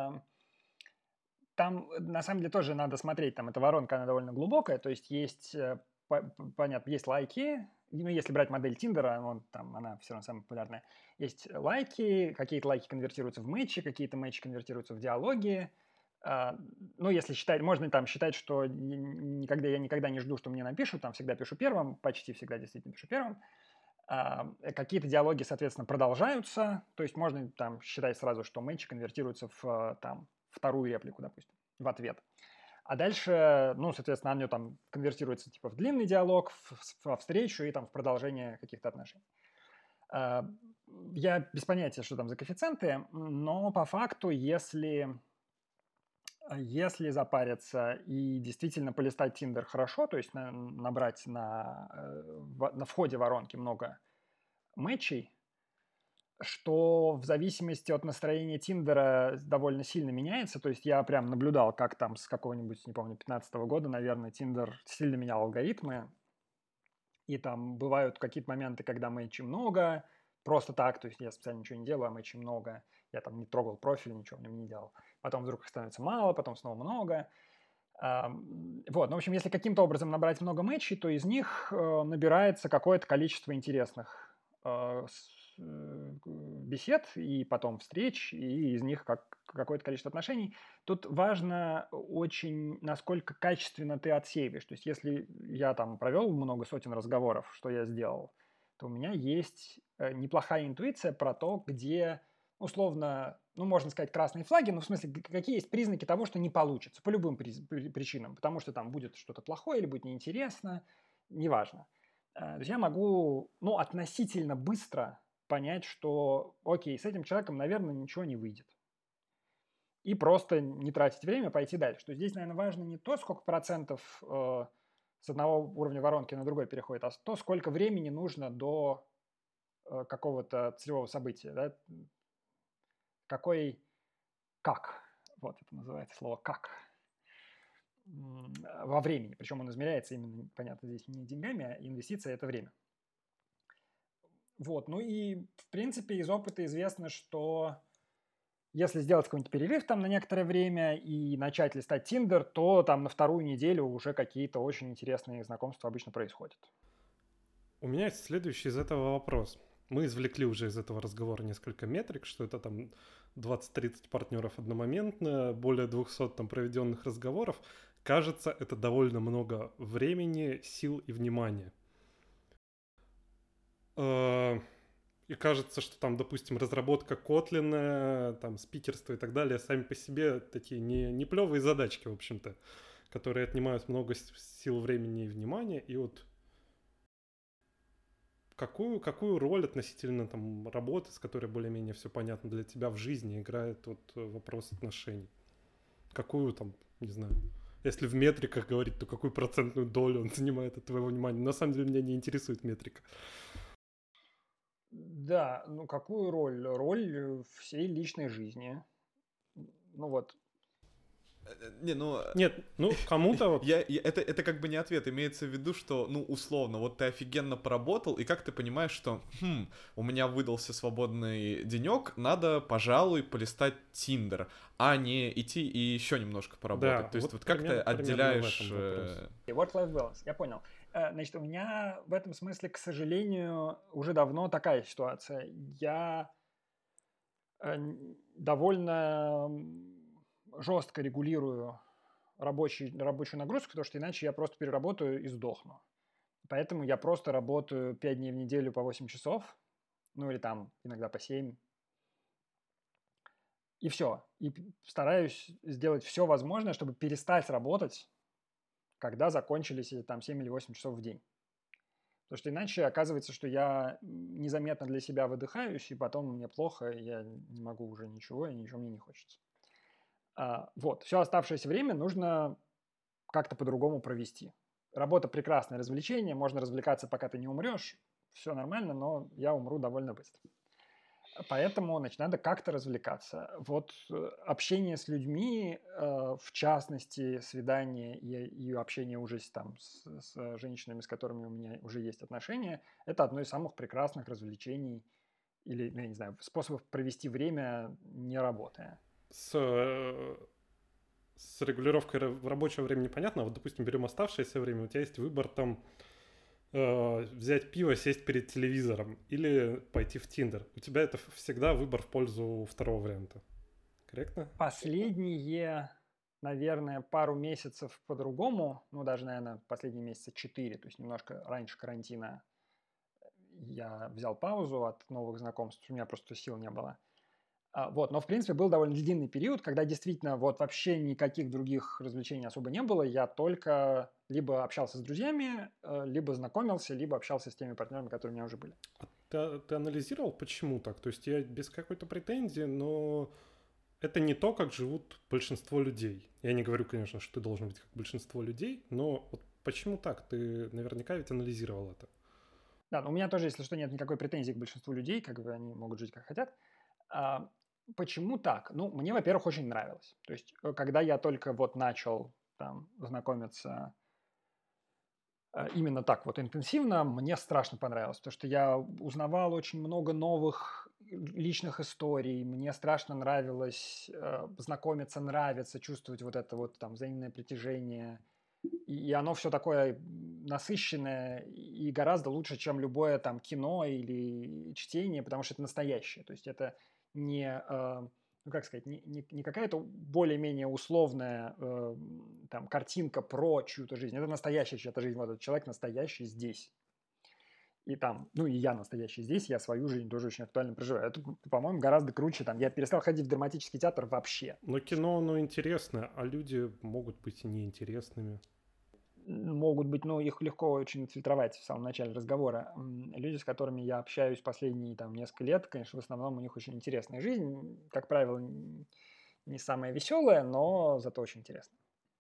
там на самом деле тоже надо смотреть, там эта воронка, она довольно глубокая, то есть есть, понятно, есть лайки, ну, если брать модель Тиндера, она все равно самая популярная, есть лайки, какие-то лайки конвертируются в матчи, какие-то матчи конвертируются в диалоги, ну, если считать, можно там считать, что я никогда не жду, что мне напишут, там всегда пишу первым, почти всегда действительно пишу первым, какие-то диалоги, соответственно, продолжаются, то есть можно там считать сразу, что матчи конвертируются в там вторую реплику, допустим, в ответ. А дальше, ну, соответственно, оно там конвертируется типа в длинный диалог, во встречу и там в продолжение каких-то отношений. Я без понятия, что там за коэффициенты, но по факту, если запариться и действительно полистать Tinder хорошо, то есть набрать на входе воронки много матчей, что в зависимости от настроения Тиндера довольно сильно меняется. То есть я прям наблюдал, как там с какого-нибудь, не помню, 2015 года, наверное, Тиндер сильно менял алгоритмы. И там бывают какие-то моменты, когда матчей много, просто так, то есть я специально ничего не делаю, а матчей много. Я там не трогал профиль, ничего в нем не делал. Потом вдруг их становится мало, потом снова много. Вот, ну, в общем, если каким-то образом набрать много матчей, то из них набирается какое-то количество интересных бесед и потом встреч, и из них какое-то количество отношений. Тут важно очень, насколько качественно ты отсеиваешь. То есть если я там провел много сотен разговоров, что я сделал, то у меня есть неплохая интуиция про то, где условно, ну, можно сказать, красные флаги, но в смысле, какие есть признаки того, что не получится, по любым причинам, потому что там будет что-то плохое или будет неинтересно, неважно. То есть я могу, ну, относительно быстро понять, что, окей, с этим человеком, наверное, ничего не выйдет. И просто не тратить время, пойти дальше. То есть здесь, наверное, важно не то, сколько процентов с одного уровня воронки на другой переходит, а то, сколько времени нужно до какого-то целевого события. Да? Как, вот это называется слово «как», во времени. Причем он измеряется именно, понятно, здесь не деньгами, а инвестиция – это время. Вот, ну и, в принципе, из опыта известно, что Если сделать какой-нибудь перерыв там на некоторое время и начать листать Tinder, то там на вторую неделю уже какие-то очень интересные знакомства обычно происходят. У меня есть следующий из этого вопрос. Мы извлекли уже из этого разговора несколько метрик, что это там 20-30 партнеров одномоментно, более 200 там проведенных разговоров. Кажется, это довольно много времени, сил и внимания. И кажется, что там, допустим, разработка Kotlin, там, спикерство и так далее, сами по себе такие не плевые задачки, в общем-то, которые отнимают много сил, времени и внимания. И вот какую роль относительно там работы, с которой более-менее все понятно для тебя в жизни, играет вот вопрос отношений? Какую там, не знаю, если в метриках говорить, то какую процентную долю он занимает от твоего внимания? На самом деле меня не интересует метрика. Да, ну какую роль? Роль всей личной жизни. Ну вот. Не, ну... Нет, ну кому-то вот... Это как бы не ответ, имеется в виду, что, ну, условно, вот ты офигенно поработал, и как ты понимаешь, что, у меня выдался свободный денек, надо, пожалуй, полистать Tinder, а не идти и еще немножко поработать. Да, То есть вот вот как ты отделяешь... Work-life balance, я понял. Значит, у меня в этом смысле, к сожалению, уже давно такая ситуация. Я довольно жестко регулирую рабочую нагрузку, потому что иначе я просто переработаю и сдохну. Поэтому я просто работаю 5 дней в неделю по 8 часов, ну или там иногда по 7. И все. И стараюсь сделать все возможное, чтобы перестать работать, когда закончились эти там 7 или 8 часов в день. Потому что иначе оказывается, что я незаметно для себя выдыхаюсь, и потом мне плохо, и я не могу уже ничего, и ничего мне не хочется. Вот. Все оставшееся время нужно как-то по-другому провести. Работа – прекрасное развлечение, можно развлекаться, пока ты не умрешь, все нормально, но я умру довольно быстро. Поэтому, значит, надо как-то развлекаться. Вот общение с людьми, в частности, свидание и общение уже там с женщинами, с которыми у меня уже есть отношения, это одно из самых прекрасных развлечений или, я не знаю, способов провести время, не работая. С регулировкой рабочего времени понятно. Вот, допустим, берем оставшееся время, у тебя есть выбор там взять пиво, сесть перед телевизором или пойти в Tinder. У тебя это всегда выбор в пользу второго варианта. Корректно? Последние, наверное, пару месяцев по-другому, ну, даже, наверное, последние месяца 4, то есть немножко раньше карантина я взял паузу от новых знакомств, у меня просто сил не было. Вот, но, в принципе, был довольно длинный период, когда действительно вот вообще никаких других развлечений особо не было. Я только либо общался с друзьями, либо знакомился, либо общался с теми партнерами, которые у меня уже были. Ты анализировал, почему так? То есть я без какой-то претензии, но это не то, как живут большинство людей. Я не говорю, конечно, что ты должен быть как большинство людей, но вот почему так? Ты наверняка ведь анализировал это. Да, но у меня тоже, если что, нет никакой претензии к большинству людей, как бы они могут жить как хотят. Почему так? Ну, мне, во-первых, очень нравилось. То есть, когда я только вот начал там знакомиться именно так вот интенсивно, мне страшно понравилось, потому что я узнавал очень много новых личных историй, мне страшно нравилось знакомиться, нравится, чувствовать вот это вот там взаимное притяжение, и оно все такое насыщенное и гораздо лучше, чем любое там кино или чтение, потому что это настоящее, то есть это не, ну как сказать, не какая-то более-менее условная там картинка про чью-то жизнь, это настоящая чья-то жизнь, вот этот человек настоящий здесь. И там, ну и я настоящий здесь, я свою жизнь тоже очень актуально проживаю. Это, по-моему, гораздо круче. Там, я перестал ходить в драматический театр вообще. Но кино, оно интересное, а люди могут быть неинтересными. Могут быть, но их легко очень фильтровать в самом начале разговора. Люди, с которыми я общаюсь последние там несколько лет, конечно, в основном у них очень интересная жизнь. Как правило, не самая веселая, но зато очень интересная.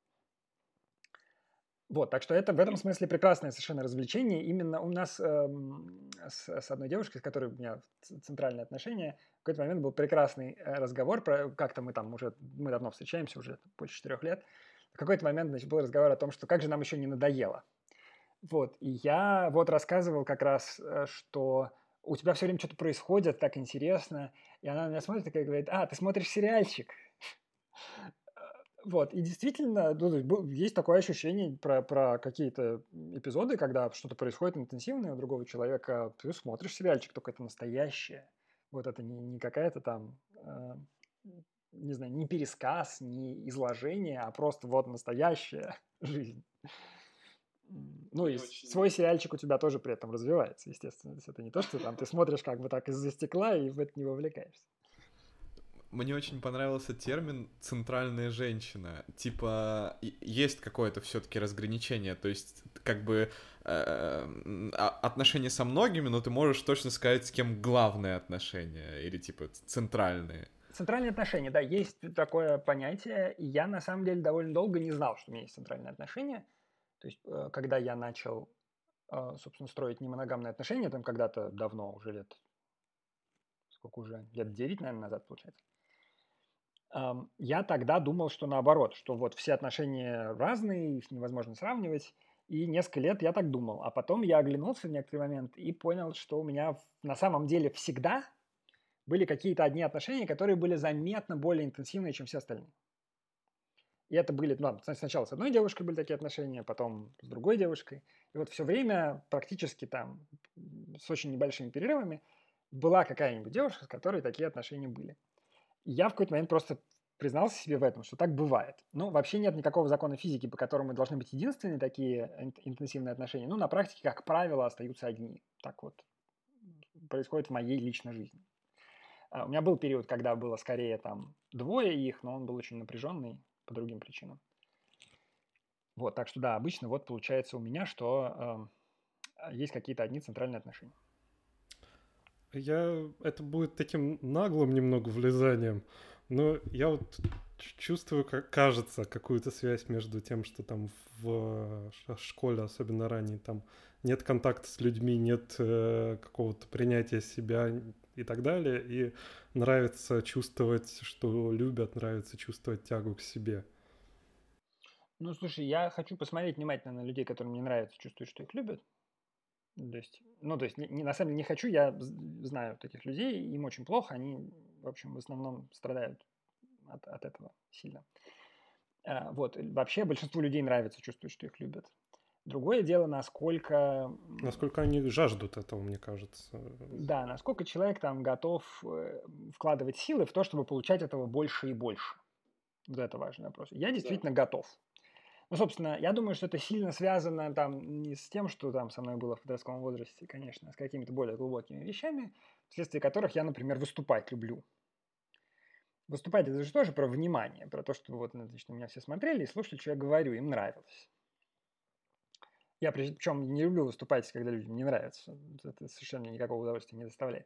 Вот, так что это в этом смысле прекрасное совершенно развлечение. Именно у нас с одной девушкой, с которой у меня центральные отношения, в какой-то момент был прекрасный разговор, про как-то мы давно встречаемся, уже больше 4 лет. В какой-то момент, значит, был разговор о том, что как же нам еще не надоело. Вот, и я вот рассказывал как раз, что у тебя все время что-то происходит, так интересно, И она на меня смотрит такая, говорит, ты смотришь сериальчик. Вот, и действительно, есть такое ощущение про какие-то эпизоды, когда что-то происходит интенсивное у другого человека, ты смотришь сериальчик, только это настоящее. Вот это не какая-то там, не знаю, не пересказ, не изложение, а просто вот настоящая жизнь. Ну, и свой сериальчик у тебя тоже при этом развивается, естественно. То есть это не то, что там ты смотришь как бы так из-за стекла и в это не вовлекаешься. Мне очень понравился термин «центральная женщина». Типа, есть какое-то все-таки разграничение, то есть, как бы, отношения со многими, но ты можешь точно сказать, с кем главные отношения, или, типа, центральные. Центральные отношения, да, есть такое понятие, и я, на самом деле, довольно долго не знал, что у меня есть центральные отношения. То есть, когда я начал, собственно, строить немоногамные отношения, там когда-то давно, уже лет 9, наверное, назад, получается, я тогда думал, что наоборот, что вот все отношения разные, их невозможно сравнивать, и несколько лет я так думал. А потом я оглянулся в некоторый момент и понял, что у меня на самом деле всегда были какие-то одни отношения, которые были заметно более интенсивные, чем все остальные. И это были, сначала с одной девушкой были такие отношения, потом с другой девушкой. И вот все время, практически там, с очень небольшими перерывами, была какая-нибудь девушка, с которой такие отношения были. И я в какой-то момент просто признался себе в этом, что так бывает. Ну, вообще нет никакого закона физики, по которому должны быть единственные такие интенсивные отношения. Ну, на практике, как правило, остаются одни. Так вот происходит в моей личной жизни. У меня был период, когда было скорее там двое их, но он был очень напряженный по другим причинам. Вот, так что да, обычно вот получается у меня, что есть какие-то одни центральные отношения. Это будет таким наглым немного влезанием, но я вот чувствую, как кажется, какую-то связь между тем, что там в школе, особенно ранее, там нет контакта с людьми, нет какого-то принятия себя и так далее, и нравится чувствовать, что любят, нравится чувствовать тягу к себе. Ну, слушай, я хочу посмотреть внимательно на людей, которым мне нравится чувствовать, что их любят. То есть, на самом деле не хочу, я знаю таких людей, им очень плохо, они, в общем, в основном страдают от этого сильно. Вот, вообще большинству людей нравится чувствовать, что их любят. Другое дело, насколько они жаждут этого, мне кажется. Да, насколько человек там готов вкладывать силы в то, чтобы получать этого больше и больше. Вот это важный вопрос. Я действительно готов. Ну, собственно, я думаю, что это сильно связано там не с тем, что там со мной было в подростковом возрасте, конечно, а с какими-то более глубокими вещами, вследствие которых я, например, выступать люблю. Выступать — это же тоже про внимание, про то, что вот, значит, на меня все смотрели и слушали, что я говорю, им нравилось. Я причем не люблю выступать, когда людям не нравится. Это совершенно никакого удовольствия не доставляет.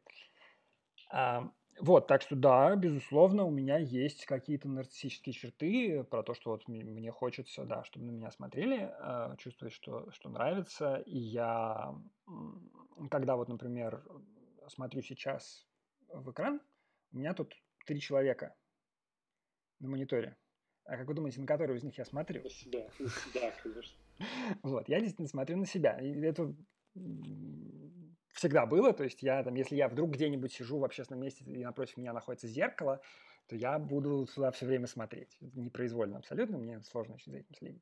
Вот, так что да, безусловно, у меня есть какие-то нарциссические черты про то, что вот мне хочется, да, чтобы на меня смотрели, чувствовать, что нравится. И я, когда вот, например, смотрю сейчас в экран, у меня тут 3 человека на мониторе. А как вы думаете, на которого из них я смотрю? На себя, конечно. Вот, я действительно смотрю на себя. И это всегда было, то есть я там, если я вдруг где-нибудь сижу в общественном месте и напротив меня находится зеркало, то я буду сюда все время смотреть. Это непроизвольно абсолютно, мне сложно очень за этим следить.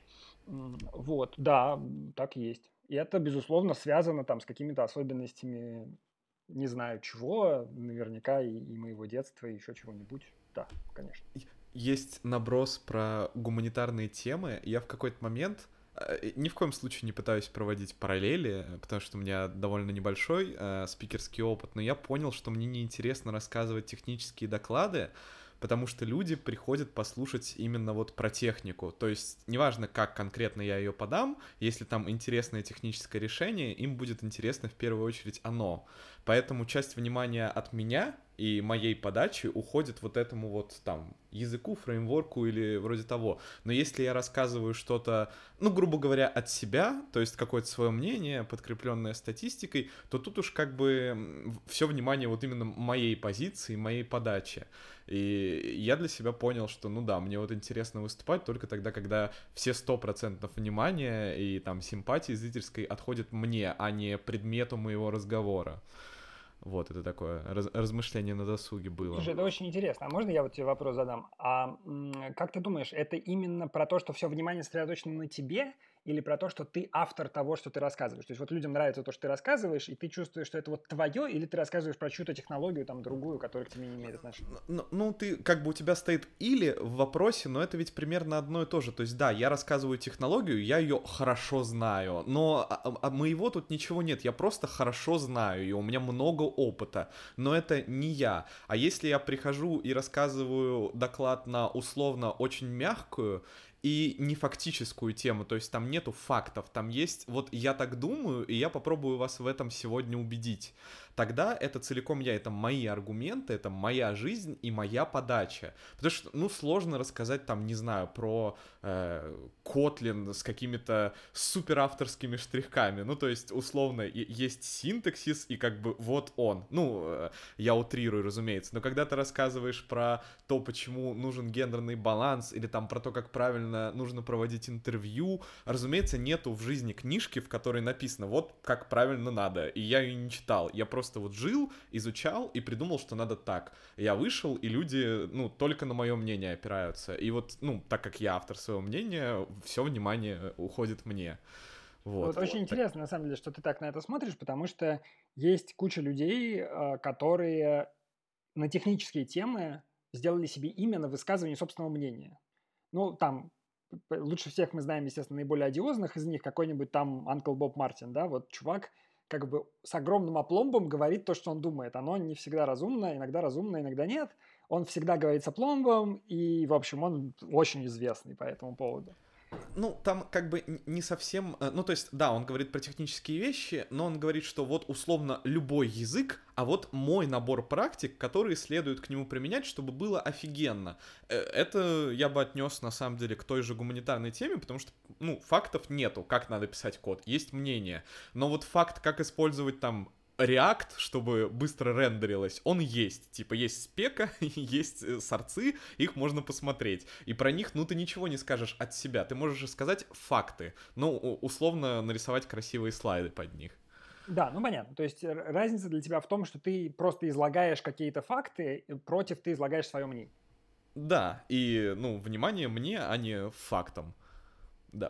Вот, да, так есть. И это, безусловно, связано там с какими-то особенностями, не знаю чего, наверняка и моего детства, и еще чего-нибудь. Да, конечно. Есть наброс про гуманитарные темы. Я в какой-то момент ни в коем случае не пытаюсь проводить параллели, потому что у меня довольно небольшой спикерский опыт, но я понял, что мне неинтересно рассказывать технические доклады, потому что люди приходят послушать именно вот про технику. То есть неважно, как конкретно я ее подам, если там интересное техническое решение, им будет интересно в первую очередь оно. Поэтому часть внимания от меня и моей подачи уходит вот этому вот там языку, фреймворку или вроде того. Но если я рассказываю что-то, ну, грубо говоря, от себя, то есть какое-то свое мнение, подкрепленное статистикой, то тут уж как бы все внимание вот именно моей позиции, моей подачи. И я для себя понял, что, ну да, мне вот интересно выступать только тогда, когда все 100% внимания и там симпатии зрительской отходят мне, а не предмету моего разговора. Вот, это такое размышление на досуге было. Слушай, это очень интересно. А можно я вот тебе вопрос задам? Как ты думаешь, это именно про то, что все внимание сосредоточено на тебе, или про то, что ты автор того, что ты рассказываешь? То есть вот людям нравится то, что ты рассказываешь, и ты чувствуешь, что это вот твое, или ты рассказываешь про чью-то технологию, там, другую, которая к тебе не имеет отношения? Ну, ты, как бы у тебя стоит или в вопросе, но это ведь примерно одно и то же. То есть, да, я рассказываю технологию, я ее хорошо знаю, но моего тут ничего нет, я просто хорошо знаю, и у меня много опыта, но это не я. А если я прихожу и рассказываю доклад на условно очень мягкую и не фактическую тему, то есть там нету фактов, там есть вот я так думаю, и я попробую вас в этом сегодня убедить. Тогда это целиком я, это мои аргументы, это моя жизнь и моя подача. Потому что, ну, сложно рассказать там, не знаю, про Kotlin с какими-то суперавторскими штрихами. Ну, то есть, условно, есть синтаксис, и как бы вот он. Ну, я утрирую, разумеется. Но когда ты рассказываешь про то, почему нужен гендерный баланс, или там про то, как правильно нужно проводить интервью, разумеется, нету в жизни книжки, в которой написано вот как правильно надо. И я ее не читал. Я просто вот жил, изучал и придумал, что надо так. Я вышел, и люди, ну, только на мое мнение опираются. И вот, ну, так как я автор своего мнения, все внимание уходит мне. Вот очень интересно, на самом деле, что ты так на это смотришь, потому что есть куча людей, которые на технические темы сделали себе имя на высказывание собственного мнения. Ну, там, лучше всех мы знаем, естественно, наиболее одиозных из них, какой-нибудь там Uncle Bob Martin, да, вот чувак как бы с огромным опломбом говорит то, что он думает. Оно не всегда разумно, иногда нет. Он всегда говорит с опломбом, и, в общем, он очень известный по этому поводу. Ну, там как бы не совсем... Ну, то есть, да, он говорит про технические вещи, но он говорит, что вот условно любой язык, а вот мой набор практик, которые следует к нему применять, чтобы было офигенно. Это я бы отнес, на самом деле, к той же гуманитарной теме, потому что, ну, фактов нету, как надо писать код, есть мнение. Но вот факт, как использовать там React, чтобы быстро рендерилось, он есть. Типа, есть спека, есть сорцы, их можно посмотреть. И про них, ну, ты ничего не скажешь от себя. Ты можешь сказать факты. Ну, условно, нарисовать красивые слайды под них. Да, ну понятно. То есть разница для тебя в том, что ты просто излагаешь какие-то факты, против ты излагаешь свое мнение. Да, и, ну, внимание мне, а не фактам. Да.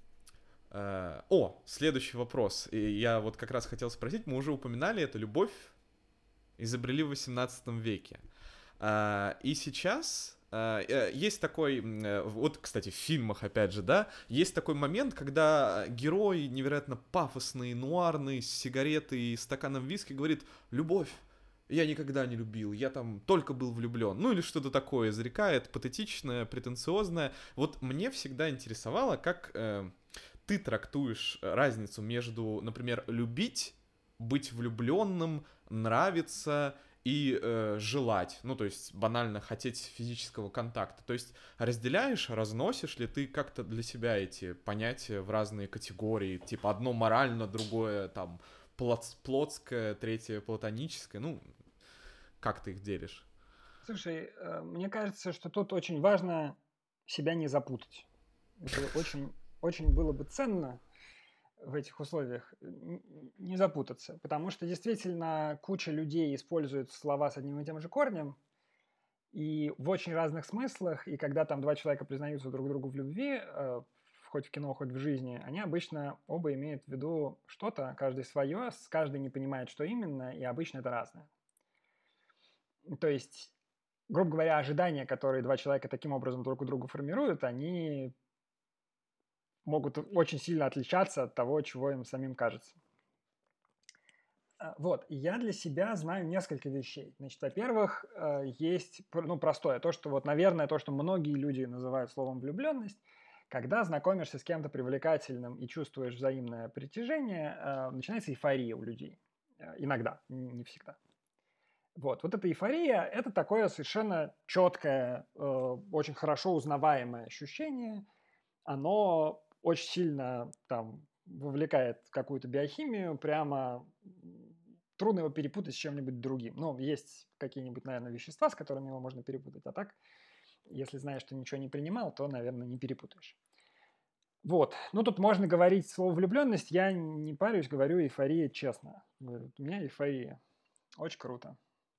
Следующий вопрос. И я вот как раз хотел спросить, мы уже упоминали это, любовь изобрели в 18 веке. И сейчас есть такой, вот, кстати, в фильмах, опять же, да, есть такой момент, когда герой невероятно пафосный, нуарный, с сигаретой и стаканом виски говорит: «Любовь, я никогда не любил, я там только был влюблен». Ну или что-то такое изрекает, патетичное, претенциозное. Вот мне всегда интересовало, как ты трактуешь разницу между, например, любить, быть влюбленным, нравиться и желать, ну, то есть банально хотеть физического контакта. То есть разделяешь, разносишь ли ты как-то для себя эти понятия в разные категории, типа одно морально, другое там плотское, третье платоническое, ну, как ты их делишь? Слушай, мне кажется, что тут очень важно себя не запутать. Это очень было бы ценно в этих условиях не запутаться, потому что действительно куча людей используют слова с одним и тем же корнем, и в очень разных смыслах, и когда там два человека признаются друг другу в любви, хоть в кино, хоть в жизни, они обычно оба имеют в виду что-то, каждый свое, каждый не понимает, что именно, и обычно это разное. То есть, грубо говоря, ожидания, которые два человека таким образом друг у друга формируют, они могут очень сильно отличаться от того, чего им самим кажется. Вот, и я для себя знаю несколько вещей. Значит, во-первых, есть, ну, простое, то, что вот, наверное, то, что многие люди называют словом влюбленность, когда знакомишься с кем-то привлекательным и чувствуешь взаимное притяжение, начинается эйфория у людей. Иногда, не всегда. Вот эта эйфория – это такое совершенно четкое, очень хорошо узнаваемое ощущение. Оно очень сильно там вовлекает в какую-то биохимию, прямо трудно его перепутать с чем-нибудь другим. Ну, есть какие-нибудь, наверное, вещества, с которыми его можно перепутать, а так, если знаешь, что ничего не принимал, то, наверное, не перепутаешь. Вот. Ну, тут можно говорить слово «влюбленность», я не парюсь, говорю эйфория честно. У меня эйфория. Очень круто.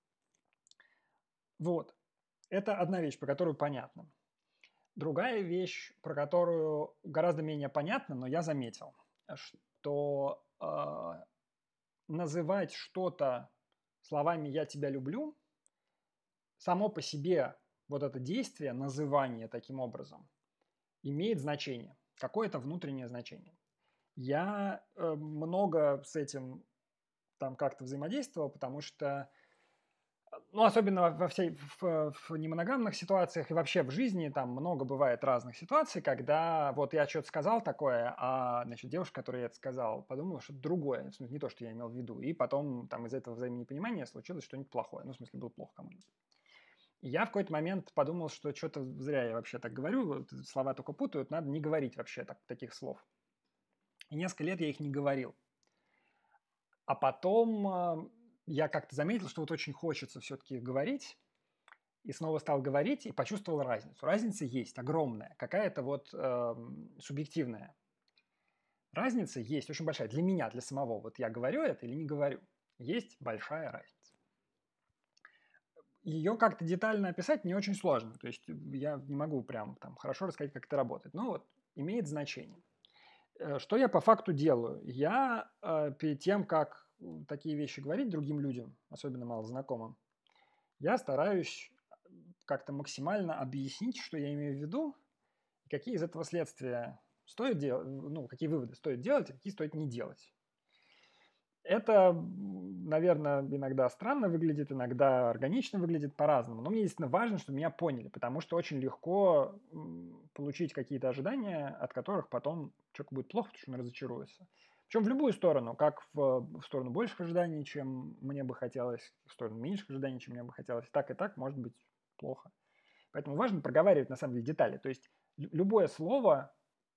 Вот. Это одна вещь, про которую понятно. Другая вещь, про которую гораздо менее понятно, но я заметил, что называть что-то словами «я тебя люблю» само по себе вот это действие, называние таким образом, имеет значение, какое-то внутреннее значение. Я много с этим там как-то взаимодействовал, потому что, ну, особенно в немоногамных ситуациях и вообще в жизни там много бывает разных ситуаций, когда вот я что-то сказал такое, а, значит, девушка, которой я это сказал, подумала что-то другое, в смысле, не то, что я имел в виду, и потом там из этого взаимонепонимания случилось что-нибудь плохое, ну, в смысле, было плохо кому-нибудь. И я в какой-то момент подумал, что что-то зря я вообще так говорю, слова только путают, надо не говорить вообще таких слов. И несколько лет я их не говорил. А потом я как-то заметил, что вот очень хочется все-таки говорить, и снова стал говорить, и почувствовал разницу. Разница есть огромная, какая-то вот субъективная. Разница есть очень большая. Для меня, для самого, вот я говорю это или не говорю, есть большая разница. Ее как-то детально описать не очень сложно. То есть я не могу прям там хорошо рассказать, как это работает. Но вот имеет значение. Что я по факту делаю? Я перед тем, как такие вещи говорить другим людям, особенно малознакомым, я стараюсь как-то максимально объяснить, что я имею в виду, и какие из этого следствия стоит делать, ну, какие выводы стоит делать, а какие стоит не делать. Это, наверное, иногда странно выглядит, иногда органично выглядит по-разному. Но мне действительно важно, чтобы меня поняли, потому что очень легко получить какие-то ожидания, от которых потом человеку будет плохо, потому что он разочаруется. Причем в любую сторону, как в сторону больших ожиданий, чем мне бы хотелось, в сторону меньших ожиданий, чем мне бы хотелось, так и так может быть плохо. Поэтому важно проговаривать, на самом деле, детали. То есть любое слово,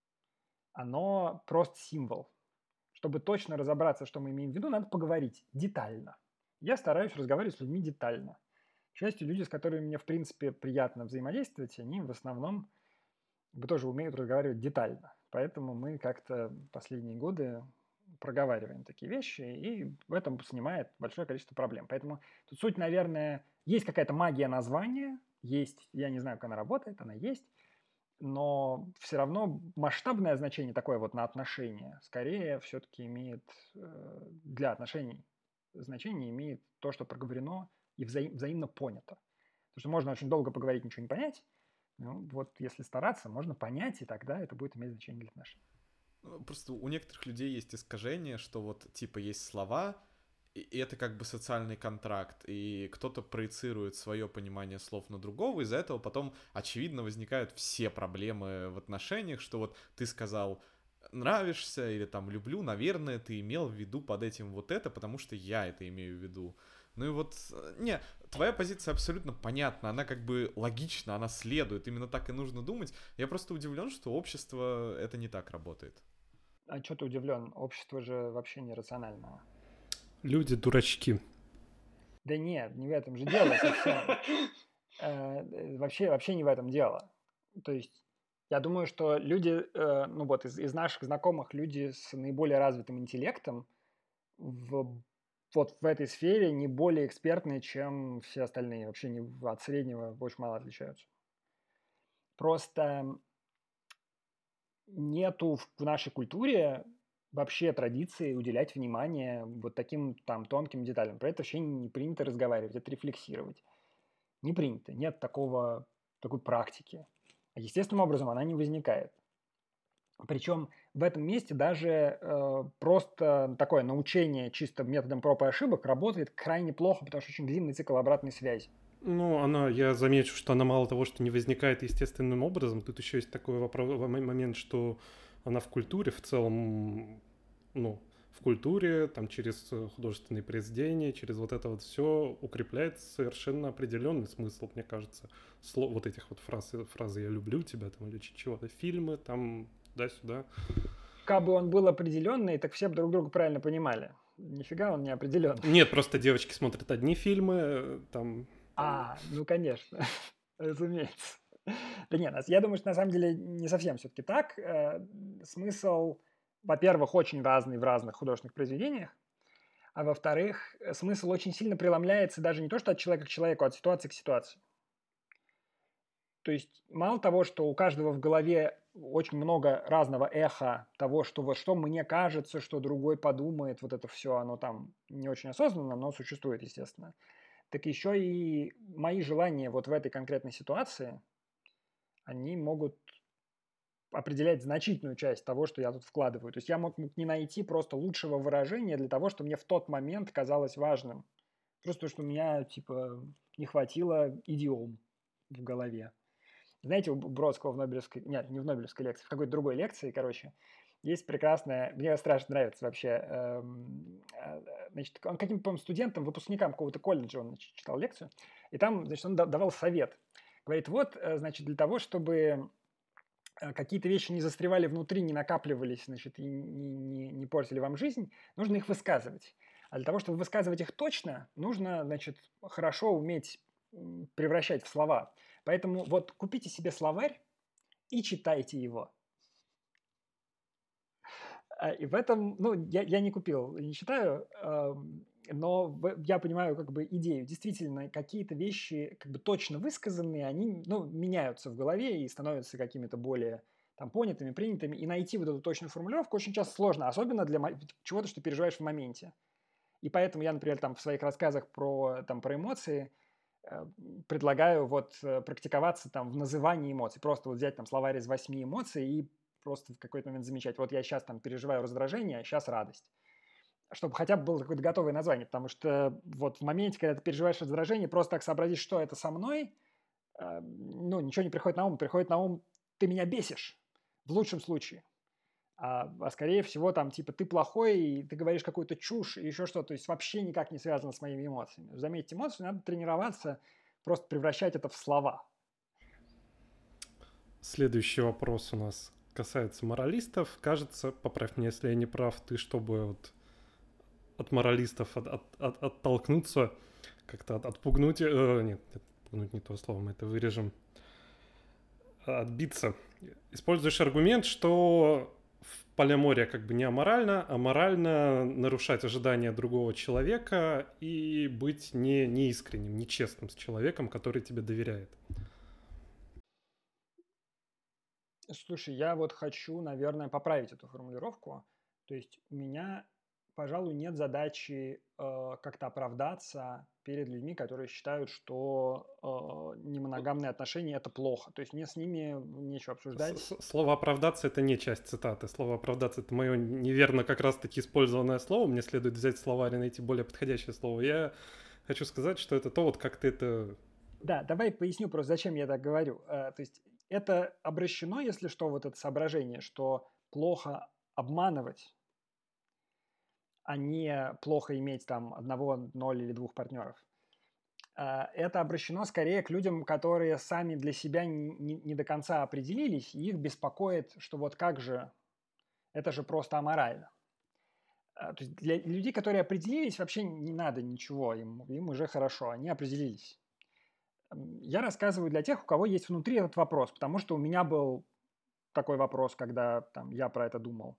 оно просто символ. Чтобы точно разобраться, что мы имеем в виду, надо поговорить детально. Я стараюсь разговаривать с людьми детально. К счастью, люди, с которыми мне, в принципе, приятно взаимодействовать, они в основном тоже умеют разговаривать детально. Поэтому мы как-то последние годы проговариваем такие вещи, и в этом снимает большое количество проблем. Поэтому тут суть, наверное, есть какая-то магия названия, есть, я не знаю, как она работает, она есть, но все равно масштабное значение такое вот на отношения скорее все-таки имеет для отношений значение имеет то, что проговорено и взаимно понято. Потому что можно очень долго поговорить, ничего не понять. Ну, вот если стараться, можно понять, и тогда это будет иметь значение для отношений. Просто у некоторых людей есть искажение, что вот типа есть слова, и это как бы социальный контракт, и кто-то проецирует свое понимание слов на другого, из-за этого потом, очевидно, возникают все проблемы в отношениях, что вот ты сказал «нравишься» или там «люблю», наверное, ты имел в виду под этим вот это, потому что я это имею в виду. Ну и вот, не, твоя позиция абсолютно понятна, она как бы логична, она следует, именно так и нужно думать. Я просто удивлен, что общество это не так работает. А что ты удивлен? Общество же вообще нерациональное. Люди дурачки. Да нет, не в этом же дело совсем. Вообще не в этом дело. То есть я думаю, что люди, ну вот из наших знакомых, люди с наиболее развитым интеллектом вот в этой сфере не более экспертные, чем все остальные. Вообще от среднего очень мало отличаются. Просто нету в нашей культуре вообще традиции уделять внимание вот таким там тонким деталям. Про это вообще не принято разговаривать, это рефлексировать. Не принято, нет такой практики. Естественным образом она не возникает. Причем в этом месте даже просто такое научение чисто методом проб и ошибок работает крайне плохо, потому что очень длинный цикл обратной связи. Ну, я замечу, что она мало того, что не возникает естественным образом, тут еще есть такой момент, что она в культуре в целом, ну, в культуре, там, через художественные произведения, через вот это вот все укрепляет совершенно определенный смысл, мне кажется, вот этих вот фразы «я люблю тебя» там, или чего-то, фильмы, там, туда-сюда. Как бы он был определенный, так все бы друг друга правильно понимали. Нифига он не определенный. Нет, просто девочки смотрят одни фильмы, там... Ну, конечно, разумеется. Да нет, я думаю, что на самом деле не совсем все-таки так. Смысл, во-первых, очень разный в разных художественных произведениях, А во-вторых, смысл очень сильно преломляется даже не то, что от человека к человеку, а от ситуации к ситуации. То есть мало того, что у каждого в голове очень много разного эха того, что вот что мне кажется, что другой подумает, вот это все, оно там не очень осознанно, но существует, естественно. Так еще и мои желания вот в этой конкретной ситуации, они могут определять значительную часть того, что я тут вкладываю. То есть я мог не найти просто лучшего выражения для того, что мне в тот момент казалось важным. Просто что у меня, типа, не хватило идиом в голове. Знаете, у Бродского в Нобелевской... Нет, не в Нобелевской лекции, в какой-то другой лекции, короче, есть прекрасная... Мне страшно нравится вообще. Значит, он каким-то, по-моему, студентам, выпускникам какого-то колледжа он читал лекцию, и там, значит, он давал совет. Говорит, вот, значит, для того, чтобы какие-то вещи не застревали внутри, не накапливались, значит, и не портили вам жизнь, нужно их высказывать. А для того, чтобы высказывать их точно, нужно, значит, хорошо уметь превращать в слова. Поэтому вот купите себе словарь и читайте его. И в этом, ну, я не купил, не читаю, но я понимаю как бы идею. Действительно, какие-то вещи как бы точно высказанные, они, ну, меняются в голове и становятся какими-то более там понятыми, принятыми. И найти вот эту точную формулировку очень часто сложно, особенно для чего-то, что переживаешь в моменте. И поэтому я, например, там в своих рассказах про эмоции предлагаю вот практиковаться там в назывании эмоций. Просто вот взять там словарь из 8 эмоций и просто в какой-то момент замечать, вот я сейчас там переживаю раздражение, а сейчас радость. Чтобы хотя бы было какое-то готовое название, потому что вот в моменте, когда ты переживаешь раздражение, просто так сообразить, что это со мной, ну, ничего не приходит на ум, ты меня бесишь, в лучшем случае. А скорее всего, там, типа, ты плохой, и ты говоришь какую-то чушь, и еще что-то, то есть вообще никак не связано с моими эмоциями. Заметить эмоции, надо тренироваться, просто превращать это в слова. Следующий вопрос у нас касается моралистов. Кажется, поправь меня, если я не прав, ты, чтобы вот от моралистов оттолкнуться, как-то отпугнуть... Нет, отпугнуть не то слово, мы это вырежем. Отбиться. Используешь аргумент, что в полиамория как бы не аморально, а морально нарушать ожидания другого человека и быть неискренним, нечестным с человеком, который тебе доверяет. Слушай, я вот хочу, наверное, поправить эту формулировку. То есть у меня, пожалуй, нет задачи как-то оправдаться перед людьми, которые считают, что немоногамные отношения – это плохо. То есть мне с ними нечего обсуждать. Слово «оправдаться» — это не часть цитаты. Слово «оправдаться» — это мое неверно как раз-таки использованное слово. Мне следует взять словарь и найти более подходящее слово. Я хочу сказать, что это то, вот как ты это... Да, давай поясню просто, зачем я так говорю. То есть это обращено, если что, вот это соображение, что плохо обманывать, а не плохо иметь там одного, 0 или 2 партнеров. Это обращено скорее к людям, которые сами для себя не до конца определились, и их беспокоит, что вот как же, это же просто аморально. То есть для людей, которые определились, вообще не надо ничего, им уже хорошо, они определились. Я рассказываю для тех, у кого есть внутри этот вопрос, потому что у меня был такой вопрос, когда там, я про это думал.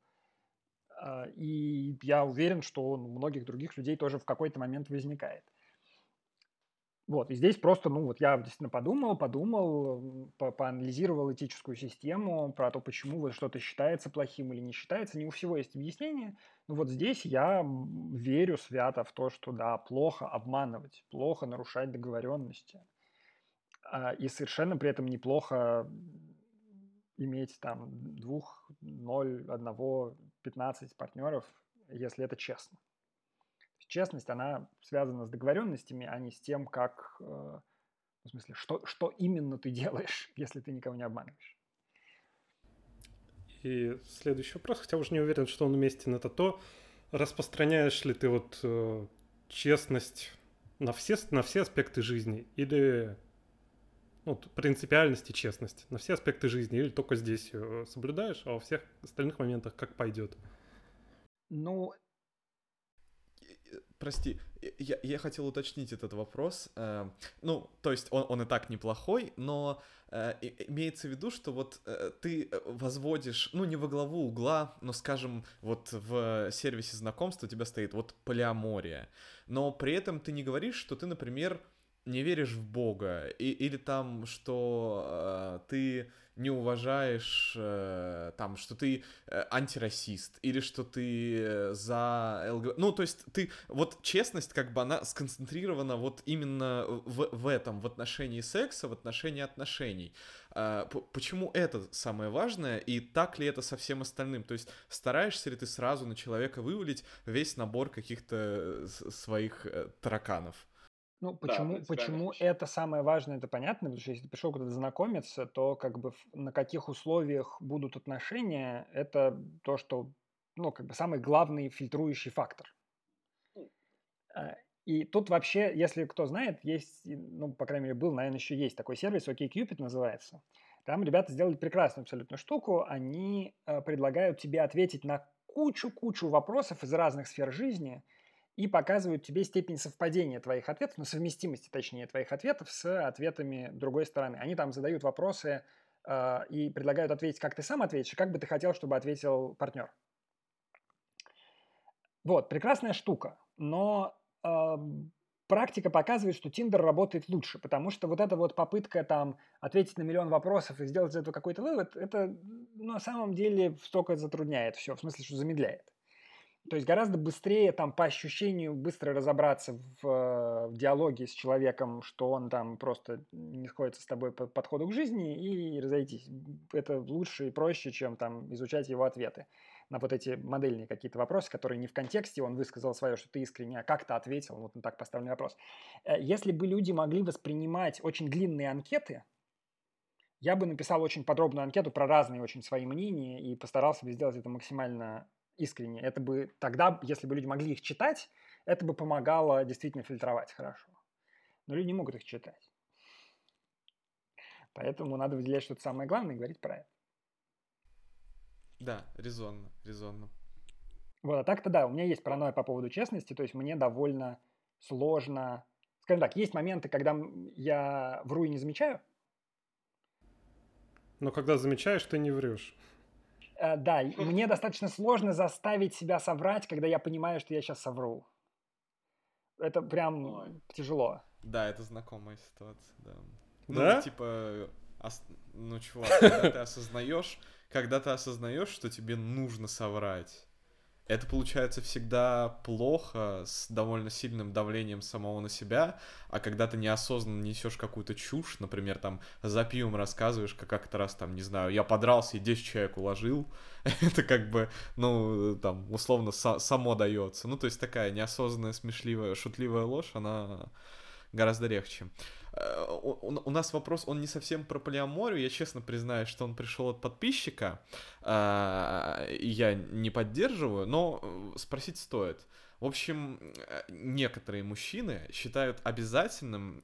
И я уверен, что он у многих других людей тоже в какой-то момент возникает. Вот, и здесь просто, ну вот я действительно подумал, поанализировал этическую систему, про то, почему вот что-то считается плохим или не считается. Не у всего есть объяснение, но вот здесь я верю свято в то, что да, плохо обманывать, плохо нарушать договоренности. И совершенно при этом неплохо иметь там 2, 0, 1, 15 партнеров, если это честно. Честность, она связана с договоренностями, а не с тем, как, в смысле, что именно ты делаешь, если ты никого не обманываешь. И следующий вопрос, хотя уже не уверен, что он уместен, это то, распространяешь ли ты вот честность на все аспекты жизни или ну, принципиальность и честность на все аспекты жизни, или только здесь соблюдаешь, а во всех остальных моментах как пойдет? Ну, Прости, я хотел уточнить этот вопрос. Ну, то есть он и так неплохой, но имеется в виду, что вот ты возводишь, ну, не во главу угла, но, скажем, вот в сервисе знакомств у тебя стоит вот полиамория, но при этом ты не говоришь, что ты, например, не веришь в Бога, или там, что ты не уважаешь, там, что ты антирасист, или что ты за ЛГБТ. Ну, то есть ты, вот честность, как бы она сконцентрирована вот именно в этом, в отношении секса, в отношении отношений. Почему это самое важное, и так ли это со всем остальным? То есть стараешься ли ты сразу на человека вывалить весь набор каких-то своих тараканов? Ну, Да, почему, принципиальных почему вещей. это самое важное, это понятно, потому что если ты пришел куда-то знакомиться, то как бы на каких условиях будут отношения, это то, что, ну, как бы самый главный фильтрующий фактор. А, И тут вообще, если кто знает, есть, ну, по крайней мере, был, наверное, еще есть такой сервис, OkCupid называется. Там ребята сделали прекрасную абсолютно штуку. Они предлагают тебе ответить на кучу-кучу вопросов из разных сфер жизни и показывают тебе степень совпадения твоих ответов, ну, совместимости, точнее, твоих ответов с ответами другой стороны. Они там задают вопросы и предлагают ответить, как ты сам ответишь, и как бы ты хотел, чтобы ответил партнер. Вот, прекрасная штука, но практика показывает, что Tinder работает лучше, потому что вот эта вот попытка там ответить на миллион вопросов и сделать из этого какой-то вывод, это на самом деле столько затрудняет все, в смысле, что замедляет. То есть гораздо быстрее там по ощущению быстро разобраться в диалоге с человеком, что он там просто не сходится с тобой по подходу к жизни и разойтись. Это лучше и проще, чем там изучать его ответы на вот эти модельные какие-то вопросы, которые не в контексте, он высказал свое, что ты искренне, а как ты ответил, вот на так поставленный вопрос. Если бы люди могли воспринимать очень длинные анкеты, я бы написал очень подробную анкету про разные очень свои мнения и постарался бы сделать это максимально искренне. Это бы тогда, если бы люди могли их читать, это бы помогало действительно фильтровать хорошо. Но люди не могут их читать. Поэтому надо выделять что-то самое главное и говорить про это. Да, резонно, резонно. Вот, а так-то да, у меня есть паранойя по поводу честности, то есть мне довольно сложно. Скажем так, есть моменты, когда я вру и не замечаю. Но когда замечаешь, ты не врешь. Да, мне достаточно сложно заставить себя соврать, когда я понимаю, что я сейчас совру. Это прям тяжело. Да, это знакомая ситуация, да. Да? Ну, типа, ну, чувак, когда ты осознаешь, что тебе нужно соврать, это получается всегда плохо, с довольно сильным давлением самого на себя, а когда ты неосознанно несешь какую-то чушь, например, там, за пивом рассказываешь, как-то раз, там, не знаю, я подрался и 10 человек уложил, это как бы, ну, там, условно, само дается. Ну, то есть такая неосознанная, смешливая, шутливая ложь, она гораздо легче. У нас вопрос, он не совсем про полиаморию, я честно признаюсь, что он пришел от подписчика, и я не поддерживаю, но спросить стоит. В общем, некоторые мужчины считают обязательным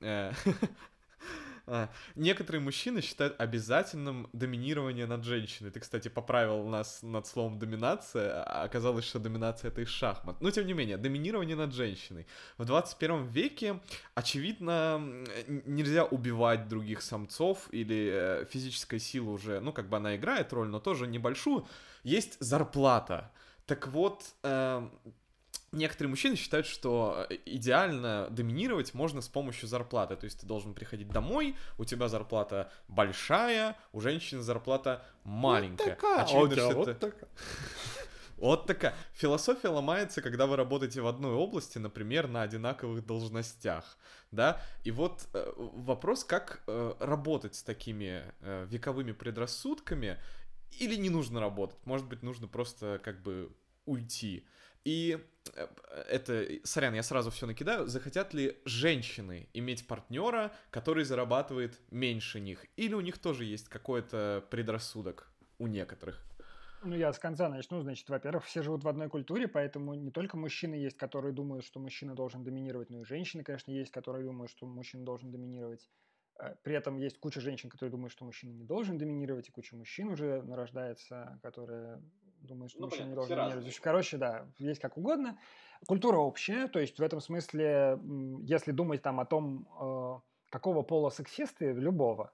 некоторые мужчины считают обязательным доминирование над женщиной. Ты, кстати, поправил нас над словом доминация, а оказалось, что доминация — это из шахмат. Но, тем не менее, доминирование над женщиной. В 21 веке, очевидно, нельзя убивать других самцов, или физическая сила уже, ну, как бы она играет роль, но тоже небольшую. Есть зарплата. Так вот, некоторые мужчины считают, что идеально доминировать можно с помощью зарплаты. То есть ты должен приходить домой, у тебя зарплата большая, у женщины зарплата маленькая. Вот такая. Очевидно, что вот это... такая. Вот такая. Философия ломается, когда вы работаете в одной области, например, на одинаковых должностях, да? И вот вопрос, как работать с такими вековыми предрассудками, или не нужно работать, может быть, нужно просто как бы уйти. И это, сорян, я сразу все накидаю, захотят ли женщины иметь партнера, который зарабатывает меньше них? Или у них тоже есть какой-то предрассудок у некоторых? Ну, я с конца начну. Значит, во-первых, все живут в одной культуре, поэтому не только мужчины есть, которые думают, что мужчина должен доминировать, но и женщины, конечно, есть, которые думают, что мужчина должен доминировать. При этом есть куча женщин, которые думают, что мужчина не должен доминировать, и куча мужчин уже нарождается, которые думаю, что Ну, мужчина не понятно, должен все доминировать. разные. Короче, да, есть как угодно. Культура общая, то есть в этом смысле, если думать там о том, какого пола сексисты, любого,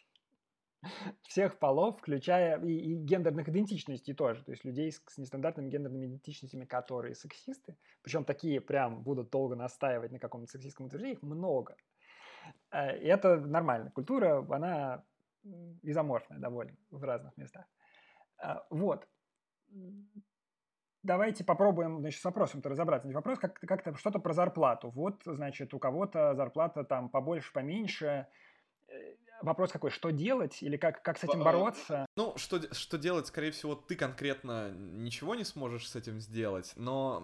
всех полов, включая и гендерных идентичностей тоже, то есть людей с нестандартными гендерными идентичностями, которые сексисты, причем такие прям будут долго настаивать на каком-то сексистском утверждении, их много. И это нормально. Культура, она изоморфная довольно в разных местах. Вот. Давайте попробуем, значит, с вопросом-то разобраться. Вопрос как-то что-то про зарплату. Вот, значит, у кого-то зарплата там побольше, поменьше. Вопрос какой, что делать или как с этим бороться? Ну, что делать, скорее всего, ты конкретно ничего не сможешь с этим сделать, но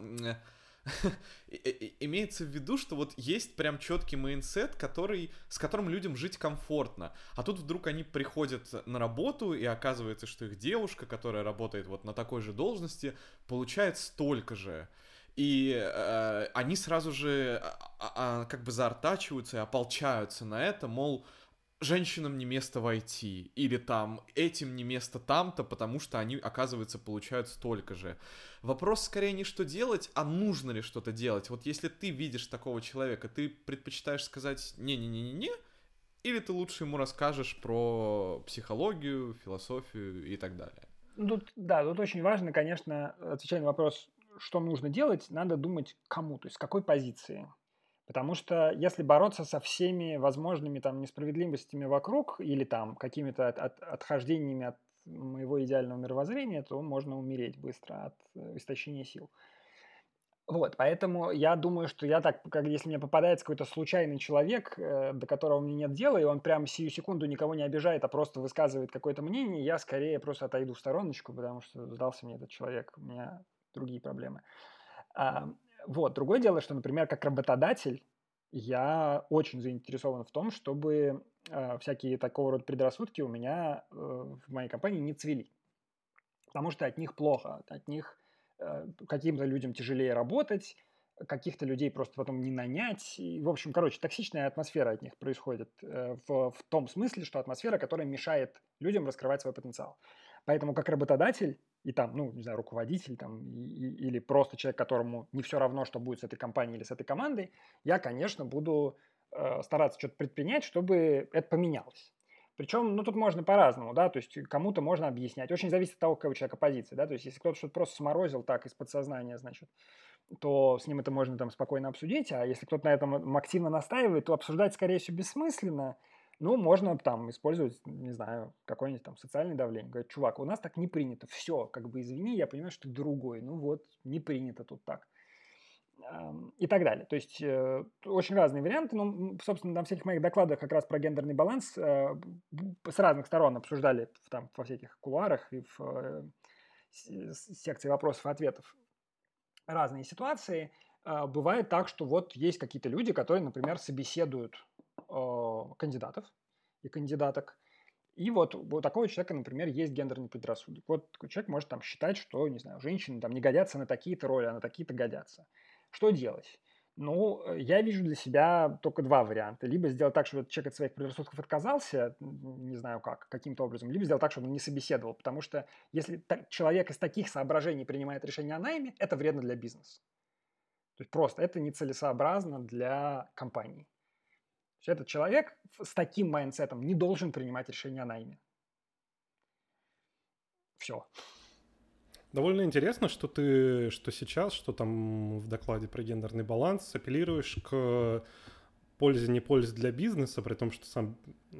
имеется в виду, что вот есть прям четкий мейнсет, с которым людям жить комфортно. А тут вдруг они приходят на работу, и оказывается, что их девушка, которая работает вот на такой же должности, получает столько же. И они сразу же как бы заортачиваются и ополчаются на это, мол, женщинам не место в IT, или там этим не место там-то, потому что они, оказывается, получают столько же. Вопрос скорее не что делать, а нужно ли что-то делать. Вот если ты видишь такого человека, ты предпочитаешь сказать «не-не-не-не-не», или ты лучше ему расскажешь про психологию, философию и так далее? Тут очень важно, конечно, отвечая на вопрос, что нужно делать, надо думать кому, то есть с какой позиции. Потому что если бороться со всеми возможными там несправедливостями вокруг или там какими-то отхождениями от моего идеального мировоззрения, то можно умереть быстро от истощения сил. Вот, поэтому я думаю, что я так, как если мне попадается какой-то случайный человек, до которого мне нет дела, и он прямо сию секунду никого не обижает, а просто высказывает какое-то мнение, я скорее просто отойду в стороночку, потому что сдался мне этот человек, у меня другие проблемы. Вот. Другое дело, что, например, как работодатель, я очень заинтересован в том, чтобы всякие такого рода предрассудки у меня в моей компании не цвели. Потому что от них плохо, от них каким-то людям тяжелее работать, каких-то людей просто потом не нанять. И, в общем, короче, токсичная атмосфера от них происходит в том смысле, что атмосфера, которая мешает людям раскрывать свой потенциал. Поэтому как работодатель и там, ну, не знаю, руководитель там, или просто человек, которому не все равно, что будет с этой компанией или с этой командой, я, конечно, буду стараться что-то предпринять, чтобы это поменялось. Причем, ну, тут можно по-разному, да, то есть кому-то можно объяснять. Очень зависит от того, какая у человека позиция, да, то есть если кто-то что-то просто сморозил так из подсознания, значит, то с ним это можно там спокойно обсудить, а если кто-то на этом активно настаивает, то обсуждать, скорее всего, бессмысленно. Ну, можно там использовать, не знаю, какое-нибудь там социальное давление. Говорит, чувак, у нас так не принято, все, как бы извини, я понимаю, что ты другой, ну вот, не принято тут так. И так далее. То есть очень разные варианты. Но, собственно, на всяких моих докладах как раз про гендерный баланс с разных сторон обсуждали там, во всяких кулуарах и в секции вопросов и ответов разные ситуации. Бывает так, что вот есть какие-то люди, которые, например, собеседуют кандидатов и кандидаток. И вот у такого человека, например, есть гендерный предрассудок. Вот такой человек может там считать, что, не знаю, женщины там не годятся на такие-то роли, а на такие-то годятся. Что делать? Ну, я вижу для себя только два варианта. Либо сделать так, чтобы этот человек от своих предрассудков отказался, не знаю как, каким-то образом, либо сделать так, чтобы он не собеседовал. Потому что если человек из таких соображений принимает решение о найме, это вредно для бизнеса. То есть просто это нецелесообразно для компании. Этот человек с таким майндсетом не должен принимать решение о найме. Все. Довольно интересно, что сейчас, что там в докладе про гендерный баланс апеллируешь к пользе, не пользе для бизнеса, при том, что сам...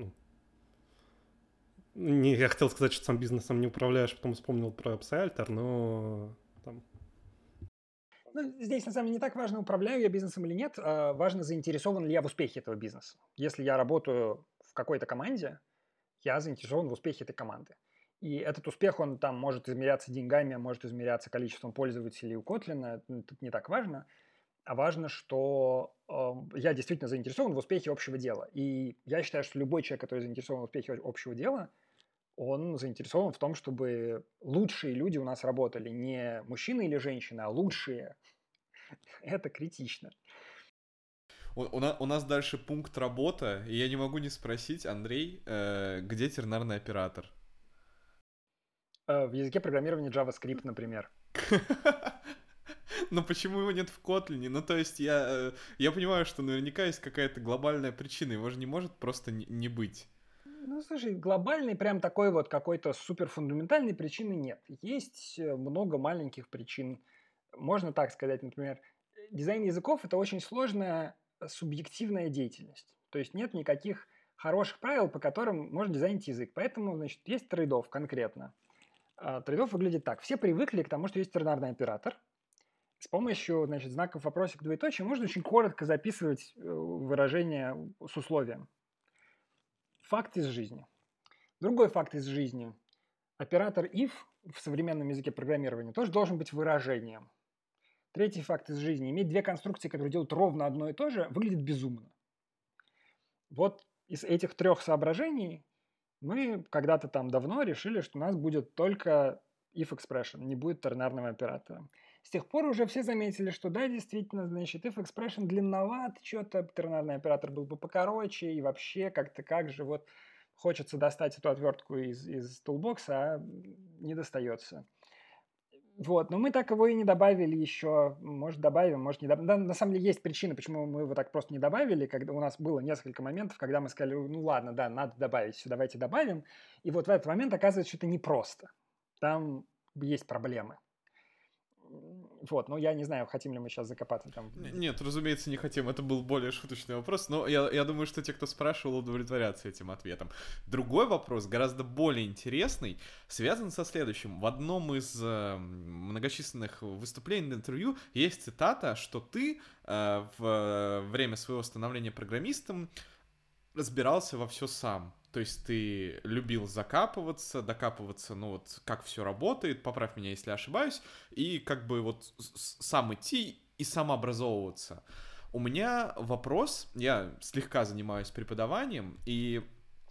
я хотел сказать, что сам бизнесом не управляешь, потом вспомнил про PsyAlter, но там... Ну, здесь, на самом деле, не так важно, управляю я бизнесом или нет, а важно, заинтересован ли я в успехе этого бизнеса. Если я работаю в какой-то команде, я заинтересован в успехе этой команды. И этот успех, он там может измеряться деньгами, может измеряться количеством пользователей у Kotlin, это не так важно. А важно, что я действительно заинтересован в успехе общего дела. И я считаю, что любой человек, который заинтересован в успехе общего дела, он заинтересован в том, чтобы лучшие люди у нас работали. Не мужчины или женщины, а лучшие. Это критично. У нас дальше пункт работа, и я не могу не спросить, Андрей, где тернарный оператор? В языке программирования JavaScript, например. Но почему его нет в Kotlin? Ну, то есть я понимаю, что наверняка есть какая-то глобальная причина, его же не может просто не быть. Ну, слушай, глобальной прям такой вот какой-то суперфундаментальной причины нет. Есть много маленьких причин. Можно так сказать, например, дизайн языков – это очень сложная субъективная деятельность. То есть нет никаких хороших правил, по которым можно дизайнить язык. Поэтому, значит, есть трейд-офф конкретно. Трейд-офф выглядит так. Все привыкли к тому, что есть тернарный оператор. С помощью, значит, знаков вопросик двоеточия можно очень коротко записывать выражение с условием. Факт из жизни. Другой факт из жизни. Оператор if в современном языке программирования тоже должен быть выражением. Третий факт из жизни. Иметь две конструкции, которые делают ровно одно и то же, выглядит безумно. Вот из этих трех соображений мы когда-то там давно решили, что у нас будет только if expression, не будет тернарного оператора. С тех пор уже все заметили, что да, действительно, значит, if expression длинноват, что-то тернарный оператор был бы покороче, и вообще как-то как же вот хочется достать эту отвертку из тулбокса, а не достается. Вот, но мы так его и не добавили еще. Может, добавим, может, не добавим. Да, на самом деле есть причина, почему мы его так просто не добавили, когда у нас было несколько моментов, когда мы сказали, ну ладно, да, надо добавить, все, давайте добавим. И вот в этот момент оказывается, что это непросто. Там есть проблемы. Вот, ну я не знаю, хотим ли мы сейчас закопаться там. Нет, разумеется, не хотим. Это был более шуточный вопрос, но я думаю, что те, кто спрашивал, удовлетворятся этим ответом. Другой вопрос, гораздо более интересный, связан со следующим. В одном из многочисленных выступлений на интервью есть цитата, что ты в время своего становления программистом разбирался во все сам. То есть ты любил докапываться, ну вот как все работает, поправь меня, если ошибаюсь, и как бы вот сам идти и сам образовываться. У меня вопрос, я слегка занимаюсь преподаванием, и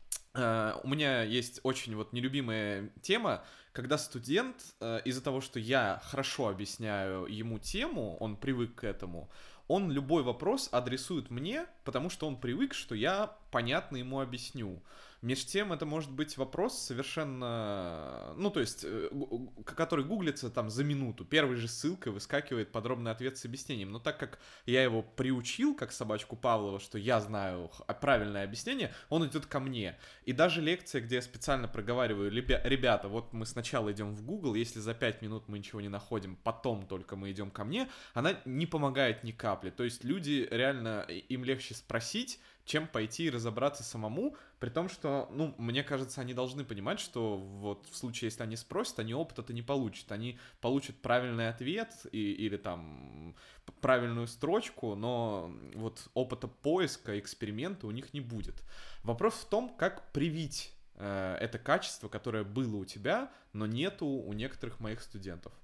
у меня есть очень вот нелюбимая тема, когда студент, из-за того, что я хорошо объясняю ему тему, он привык к этому, он любой вопрос адресует мне, потому что он привык, что я понятно ему объясню. Меж тем, это может быть вопрос совершенно, ну, то есть, который гуглится там за минуту. Первой же ссылкой выскакивает подробный ответ с объяснением. Но так как я его приучил, как собачку Павлова, что я знаю правильное объяснение, он идет ко мне. И даже лекция, где я специально проговариваю, ребята, вот мы сначала идем в Google, если за 5 минут мы ничего не находим, потом только мы идем ко мне, она не помогает ни капли. То есть люди реально, им легче спросить, чем пойти и разобраться самому, при том, что, ну, мне кажется, они должны понимать, что вот в случае, если они спросят, они опыта-то не получат. Они получат правильный ответ или там правильную строчку, но вот опыта поиска, эксперимента у них не будет. Вопрос в том, как привить это качество, которое было у тебя, но нету у некоторых моих студентов.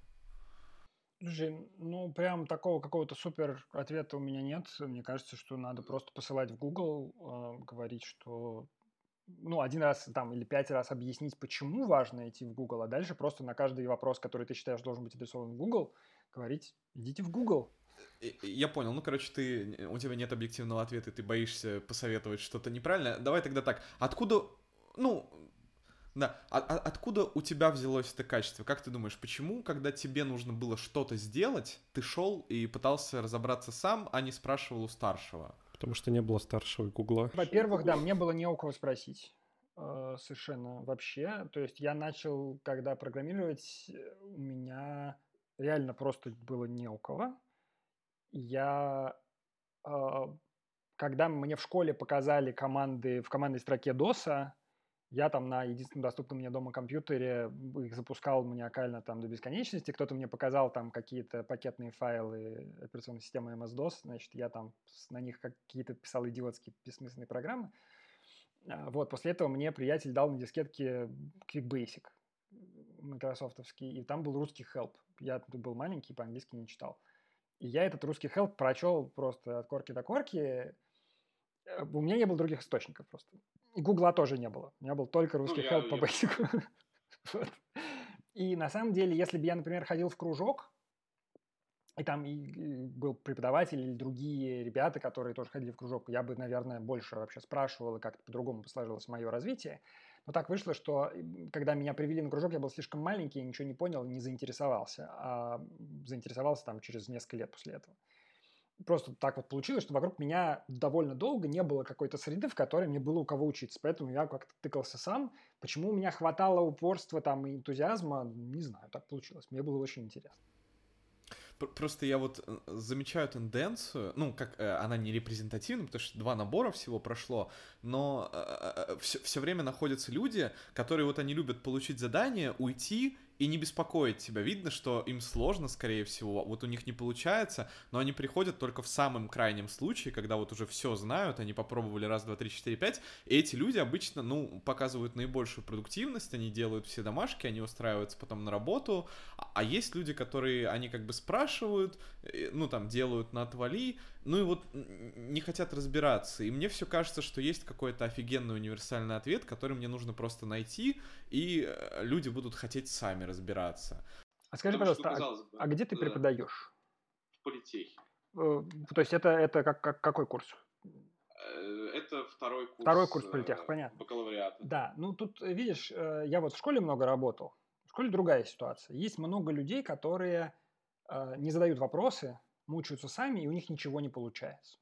Слушай, ну прям такого какого-то супер ответа у меня нет. Мне кажется, что надо просто посылать в Google, говорить, что ну, один раз там или 5 раз объяснить, почему важно идти в Google, а дальше просто на каждый вопрос, который ты считаешь должен быть адресован в Google, говорить, идите в Google. Я понял. Ну, короче, у тебя нет объективного ответа, и ты боишься посоветовать что-то неправильное. Давай тогда так. Откуда, ну, да, откуда у тебя взялось это качество? Как ты думаешь, почему, когда тебе нужно было что-то сделать, ты шел и пытался разобраться сам, а не спрашивал у старшего? Потому что не было старшего Гугла. Во-первых, да, мне было не у кого спросить. Совершенно вообще. То есть я начал, когда программировать, у меня реально просто было не у кого. Я, когда мне в школе показали команды в командной строке DOS, я там на единственном доступном мне дома компьютере их запускал маниакально там до бесконечности. Кто-то мне показал там какие-то пакетные файлы операционной системы MS-DOS. Значит, я там на них какие-то писал идиотские бессмысленные программы. Вот, после этого мне приятель дал на дискетке Quick Basic майкрософтовский, и там был русский help. Я тут был маленький, по-английски не читал. И я этот русский help прочел просто от корки до корки. У меня не было других источников просто. И Гугла тоже не было. У меня был только русский help по Basic. Вот. И на самом деле, если бы я, например, ходил в кружок, и там был преподаватель или другие ребята, которые тоже ходили в кружок, я бы, наверное, больше вообще спрашивал, и как-то по-другому сложилось мое развитие. Но так вышло, что когда меня привели на кружок, я был слишком маленький, ничего не понял, не заинтересовался. А заинтересовался там через несколько лет после этого. Просто так вот получилось, что вокруг меня довольно долго не было какой-то среды, в которой мне было у кого учиться. Поэтому я как-то тыкался сам. Почему у меня хватало упорства там и энтузиазма, не знаю, так получилось. Мне было очень интересно. Просто я вот замечаю тенденцию, ну, как она не репрезентативна, потому что 2 набора всего прошло, но все время находятся люди, которые вот они любят получить задание, уйти и не беспокоить тебя. Видно, что им сложно, скорее всего, вот у них не получается, но они приходят только в самом крайнем случае, когда вот уже все знают, они попробовали раз, два, три, четыре, пять, и эти люди обычно, ну, показывают наибольшую продуктивность, они делают все домашки, они устраиваются потом на работу, а есть люди, которые, они как бы спрашивают, ну, там, делают на отвали, ну, и вот не хотят разбираться, и мне все кажется, что есть какой-то офигенный универсальный ответ, который мне нужно просто найти, и люди будут хотеть сами разбираться. А скажи, пожалуйста, а где ты преподаешь? В политехе. То есть это какой курс? Это второй курс политеха, понятно. Бакалавриата. Да, ну тут, видишь, я вот в школе много работал. В школе другая ситуация. Есть много людей, которые не задают вопросы, мучаются сами, и у них ничего не получается.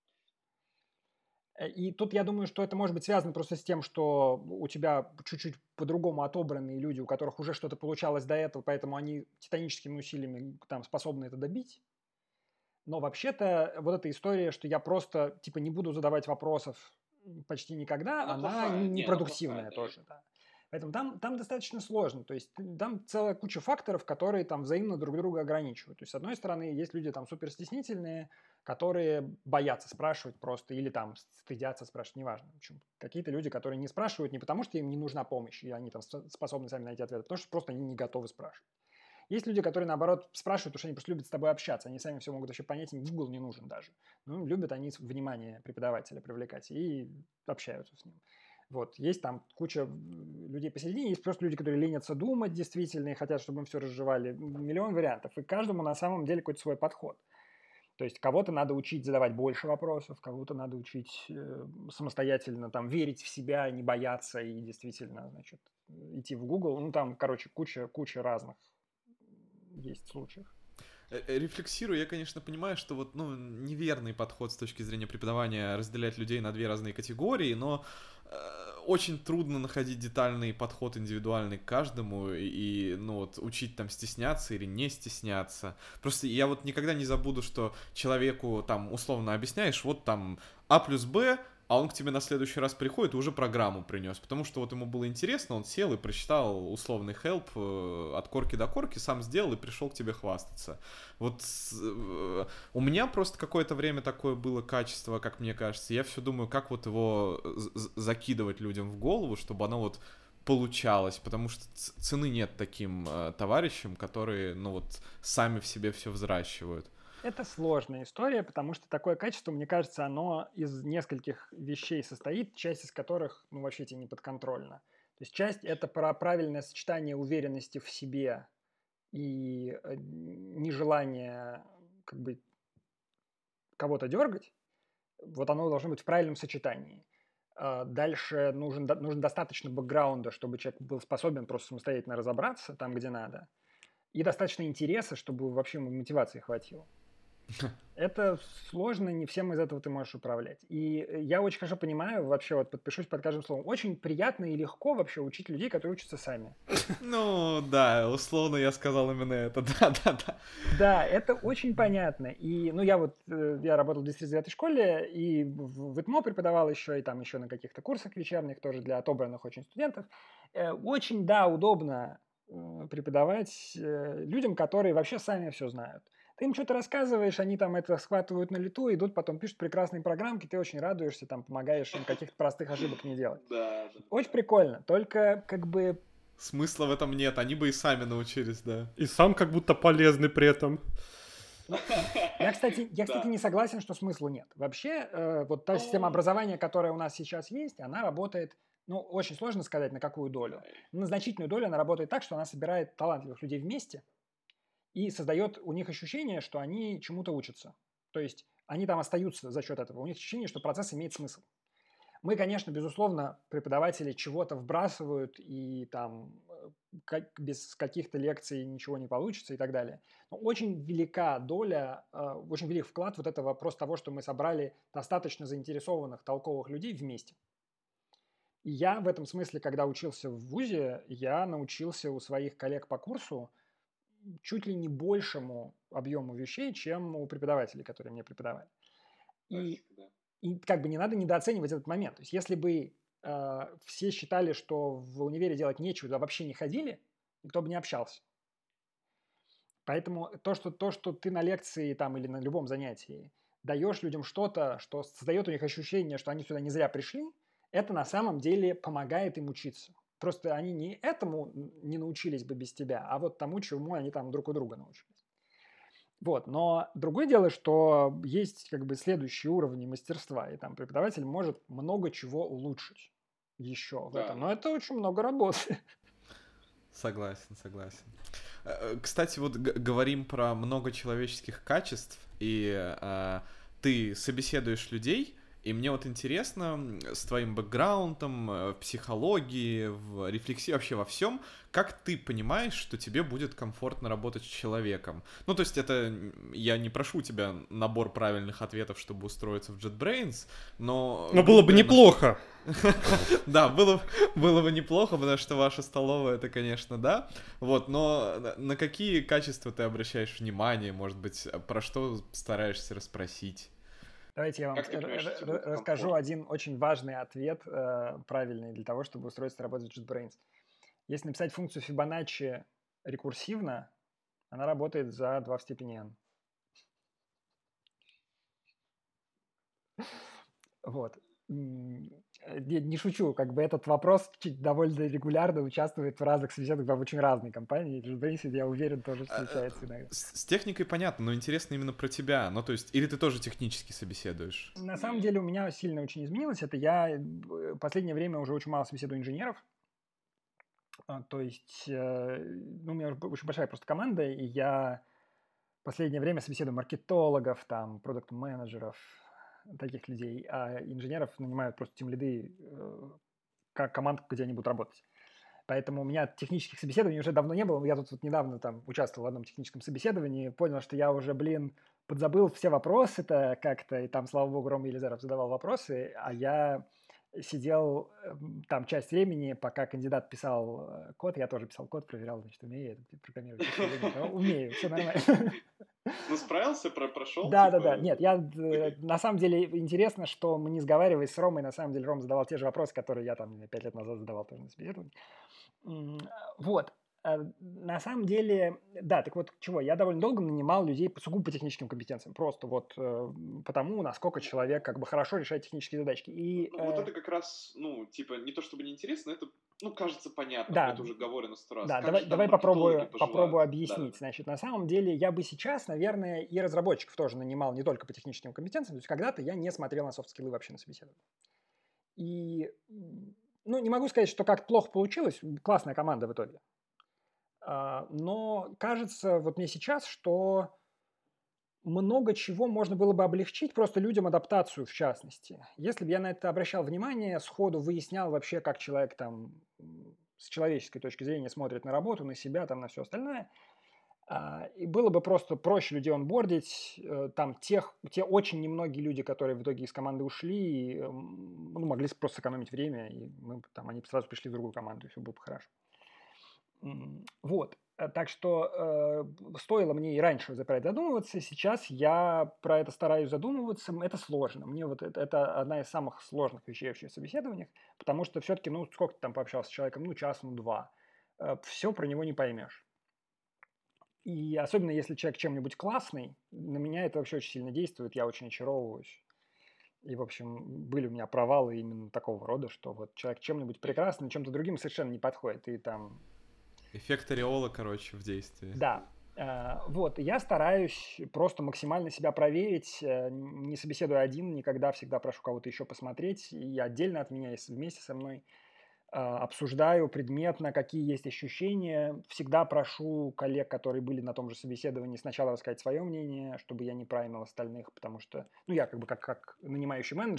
И тут я думаю, что это может быть связано просто с тем, что у тебя чуть-чуть по-другому отобранные люди, у которых уже что-то получалось до этого, поэтому они титаническими усилиями там способны это добить. Но вообще-то вот эта история, что я просто типа не буду задавать вопросов почти никогда, она непродуктивная тоже. Да. Поэтому там достаточно сложно. То есть там целая куча факторов, которые там взаимно друг друга ограничивают. То есть с одной стороны есть люди там супер стеснительные, которые боятся спрашивать просто или там стыдятся спрашивать, неважно. В общем, какие-то люди, которые не спрашивают не потому, что им не нужна помощь, и они там способны сами найти ответ, а потому что просто они не готовы спрашивать. Есть люди, которые, наоборот, спрашивают, потому что они просто любят с тобой общаться. Они сами все могут вообще понять, им Google не нужен даже. Но любят они внимание преподавателя привлекать и общаются с ним. Вот. Есть там куча людей посередине, есть просто люди, которые ленятся думать действительно и хотят, чтобы им все разжевали. Миллион вариантов. И каждому на самом деле какой-то свой подход. То есть кого-то надо учить задавать больше вопросов, кого-то надо учить самостоятельно там верить в себя, не бояться и действительно, значит, идти в Google. Ну, там, короче, куча разных есть случаев. Рефлексируя, я, конечно, понимаю, что вот, ну, неверный подход с точки зрения преподавания разделять людей на 2 разные категории, но очень трудно находить детальный подход индивидуальный к каждому и, ну, вот, учить там стесняться или не стесняться. Просто я вот никогда не забуду, что человеку там условно объясняешь, вот там А плюс Б, а он к тебе на следующий раз приходит и уже программу принес, потому что вот ему было интересно, он сел и прочитал условный help от корки до корки, сам сделал и пришел к тебе хвастаться. Вот у меня просто какое-то время такое было качество, как мне кажется, я все думаю, как вот его закидывать людям в голову, чтобы оно вот получалось, потому что цены нет таким товарищам, которые, ну вот, сами в себе все взращивают. Это сложная история, потому что такое качество, мне кажется, оно из нескольких вещей состоит, часть из которых, ну, вообще тебе не подконтрольна. То есть часть – это про правильное сочетание уверенности в себе и нежелание как бы кого-то дергать. Вот оно должно быть в правильном сочетании. Дальше нужен достаточно бэкграунда, чтобы человек был способен просто самостоятельно разобраться там, где надо. И достаточно интереса, чтобы вообще мотивации хватило. Это сложно, не всем из этого ты можешь управлять. И я очень хорошо понимаю, вообще вот подпишусь под каждым словом, очень приятно и легко вообще учить людей, которые учатся сами. Ну, да, условно я сказал именно это, да. Да, это очень понятно. И, ну, я работал в 239-й школе, и в ИТМО преподавал еще, и там еще на каких-то курсах вечерних тоже для отобранных очень студентов. Очень, да, удобно преподавать людям, которые вообще сами все знают. Ты им что-то рассказываешь, они там это схватывают на лету, идут, потом пишут прекрасные программки, ты очень радуешься, там помогаешь им каких-то простых ошибок не делать. Да. Очень прикольно, только как бы... Смысла в этом нет, они бы и сами научились, да. И сам как будто полезный при этом. Я, кстати, не согласен, что смысла нет. Вообще, вот та система образования, которая у нас сейчас есть, она работает, ну, очень сложно сказать, на какую долю. На значительную долю она работает так, что она собирает талантливых людей вместе и создает у них ощущение, что они чему-то учатся. То есть они там остаются за счет этого. У них ощущение, что процесс имеет смысл. Мы, конечно, безусловно, преподаватели чего-то вбрасывают, и там без каких-то лекций ничего не получится и так далее. Но очень велика доля, очень велик вклад вот это вопрос того, что мы собрали достаточно заинтересованных, толковых людей вместе. И я в этом смысле, когда учился в ВУЗе, я научился у своих коллег по курсу чуть ли не большему объему вещей, чем у преподавателей, которые мне преподавали. И как бы не надо недооценивать этот момент. То есть если бы все считали, что в универе делать нечего, туда вообще не ходили, никто бы не общался. Поэтому то, что ты на лекции там, или на любом занятии даешь людям что-то, что создает у них ощущение, что они сюда не зря пришли, это на самом деле помогает им учиться. Просто они не этому не научились бы без тебя, а вот тому, чему они там друг у друга научились. Вот, но другое дело, что есть как бы следующие уровни мастерства, и там преподаватель может много чего улучшить еще в этом, но это очень много работы. Согласен. Кстати, вот говорим про много человеческих качеств, и ты собеседуешь людей, и мне вот интересно, с твоим бэкграундом в психологии, в рефлексии, вообще во всем, как ты понимаешь, что тебе будет комфортно работать с человеком? Ну, то есть это, я не прошу тебя набор правильных ответов, чтобы устроиться в JetBrains, но... Но было бы неплохо. Да, было бы неплохо, потому что ваша столовая, это, конечно, да. Вот, но на какие качества ты обращаешь внимание, может быть, про что стараешься расспросить? Давайте я вам расскажу один очень важный ответ, правильный для того, чтобы устроиться работать в JetBrains. Если написать функцию Fibonacci рекурсивно, она работает за 2 в степени n. Вот. Не шучу, как бы этот вопрос довольно регулярно участвует в разных собеседованиях в очень разные компании. JetBrains, я уверен, тоже встречается иногда. С техникой понятно, но интересно именно про тебя. Ну, то есть, или ты тоже технически собеседуешь? На самом деле у меня сильно очень изменилось. Это я в последнее время уже очень мало собеседую инженеров. То есть, у меня очень большая просто команда, и я в последнее время собеседую маркетологов, там, продакт-менеджеров, таких людей, а инженеров нанимают просто тимлиды как команд, где они будут работать. Поэтому у меня технических собеседований уже давно не было. Я тут вот недавно там участвовал в одном техническом собеседовании, понял, что я уже, подзабыл все вопросы-то как-то, и там, слава богу, Рома Елизаров задавал вопросы, а я сидел там часть времени, пока кандидат писал код, я тоже писал код, проверял, значит, умею я программировать. Умею, все нормально. Ну, справился, прошел? Да. Нет, на самом деле интересно, что мы не сговариваясь с Ромой, на самом деле Ром задавал те же вопросы, которые я там 5 лет назад задавал тоже на собеседовании. Вот. На самом деле, да, так вот чего, я довольно долго нанимал людей сугубо по техническим компетенциям, просто вот потому, насколько человек как бы хорошо решает технические задачки. И, вот это как раз, не то чтобы неинтересно, это, кажется понятно, да, это уже говорено 100 раз. Да, давай попробую объяснить. Да. Значит, на самом деле я бы сейчас, наверное, и разработчиков тоже нанимал не только по техническим компетенциям, то есть когда-то я не смотрел на софт-скиллы вообще на собеседовании. И, не могу сказать, что как-то плохо получилось, классная команда в итоге. Но кажется, вот мне сейчас, что много чего можно было бы облегчить просто людям адаптацию в частности. Если бы я на это обращал внимание, сходу выяснял вообще, как человек там с человеческой точки зрения смотрит на работу, на себя, там, на все остальное, и было бы просто проще людей онбордить, там те очень немногие люди, которые в итоге из команды ушли, могли просто сэкономить время, и они сразу пришли в другую команду, и все было бы хорошо. Вот. Так что стоило мне и раньше про это задумываться, сейчас я про это стараюсь задумываться, это сложно. Мне вот это одна из самых сложных вещей вообще в собеседованиях, потому что все-таки, сколько ты там пообщался с человеком, час, два, все про него не поймешь. И особенно если человек чем-нибудь классный, на меня это вообще очень сильно действует, я очень очаровываюсь. И, в общем, были у меня провалы именно такого рода, что вот человек чем-нибудь прекрасным, чем-то другим совершенно не подходит, и там... Эффект ореола, в действии. Да. Вот, я стараюсь просто максимально себя проверить, не собеседую один, никогда, всегда прошу кого-то еще посмотреть, и отдельно от меня, и вместе со мной обсуждаю предметно, какие есть ощущения, всегда прошу коллег, которые были на том же собеседовании, сначала рассказать свое мнение, чтобы я не праймил остальных, потому что, я как нанимающий менеджер,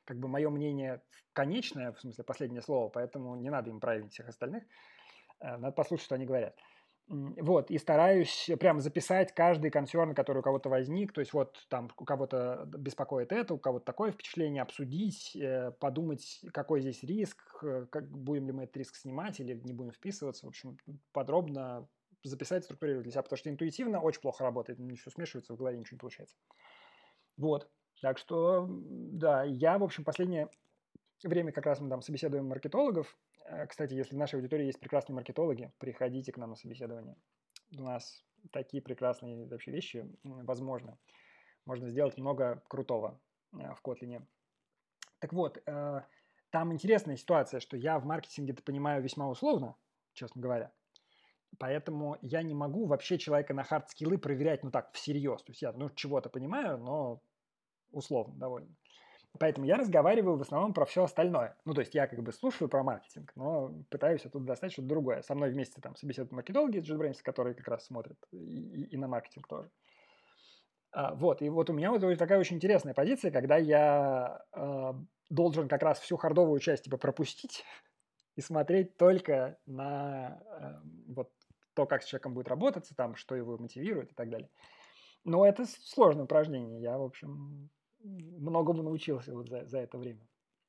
как бы мое мнение конечное, в смысле последнее слово, поэтому не надо им править всех остальных. Надо послушать, что они говорят. Вот, и стараюсь прямо записать каждый консерн, который у кого-то возник, то есть вот там у кого-то беспокоит это, у кого-то такое впечатление, обсудить, подумать, какой здесь риск, как, будем ли мы этот риск снимать или не будем вписываться, в общем, подробно записать, структурировать для себя, потому что интуитивно очень плохо работает, все смешивается, в голове ничего не получается. Вот, так что, да, я, в общем, последнее время как раз мы там собеседуем маркетологов. Кстати, если в нашей аудитории есть прекрасные маркетологи, приходите к нам на собеседование. У нас такие прекрасные вообще вещи возможны. Можно сделать много крутого в Kotlin. Так вот, там интересная ситуация, что я в маркетинге это понимаю весьма условно, честно говоря. Поэтому я не могу вообще человека на хард-скиллы проверять, ну так, всерьез. То есть я чего-то понимаю, но условно довольно. Поэтому я разговариваю в основном про все остальное. Ну, то есть я как бы слушаю про маркетинг, но пытаюсь оттуда достать что-то другое. Со мной вместе там собеседуют маркетологи из JetBrains, которые как раз смотрят и на маркетинг тоже. Вот, и вот у меня вот такая очень интересная позиция, когда я должен как раз всю хардовую часть типа пропустить и смотреть только на вот то, как с человеком будет работаться, там, что его мотивирует и так далее. Но это сложное упражнение. Я, в общем, многому научился вот за это время.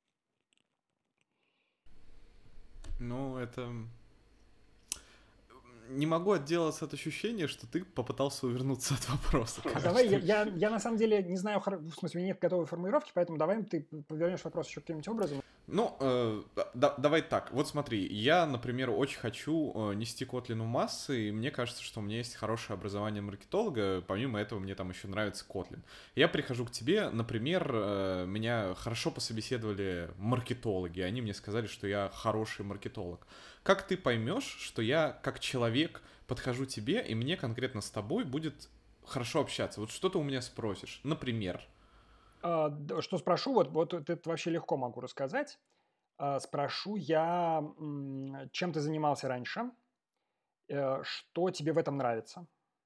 Ну, это... Не могу отделаться от ощущения, что ты попытался увернуться от вопроса. Давай, я на самом деле не знаю, в смысле, у меня нет готовой формулировки, поэтому давай ты повернешь вопрос еще каким-нибудь образом. Ну, давай так. Вот смотри, я, например, очень хочу нести Kotlin в массы, и мне кажется, что у меня есть хорошее образование маркетолога, помимо этого мне там еще нравится Kotlin. Я прихожу к тебе, например, меня хорошо пособеседовали маркетологи, они мне сказали, что я хороший маркетолог. Как ты поймешь, что я как человек подхожу тебе, и мне конкретно с тобой будет хорошо общаться? Вот что ты у меня спросишь, например? Что спрошу, вот это вообще легко могу рассказать. Спрошу я, чем ты занимался раньше, что тебе в этом нравится.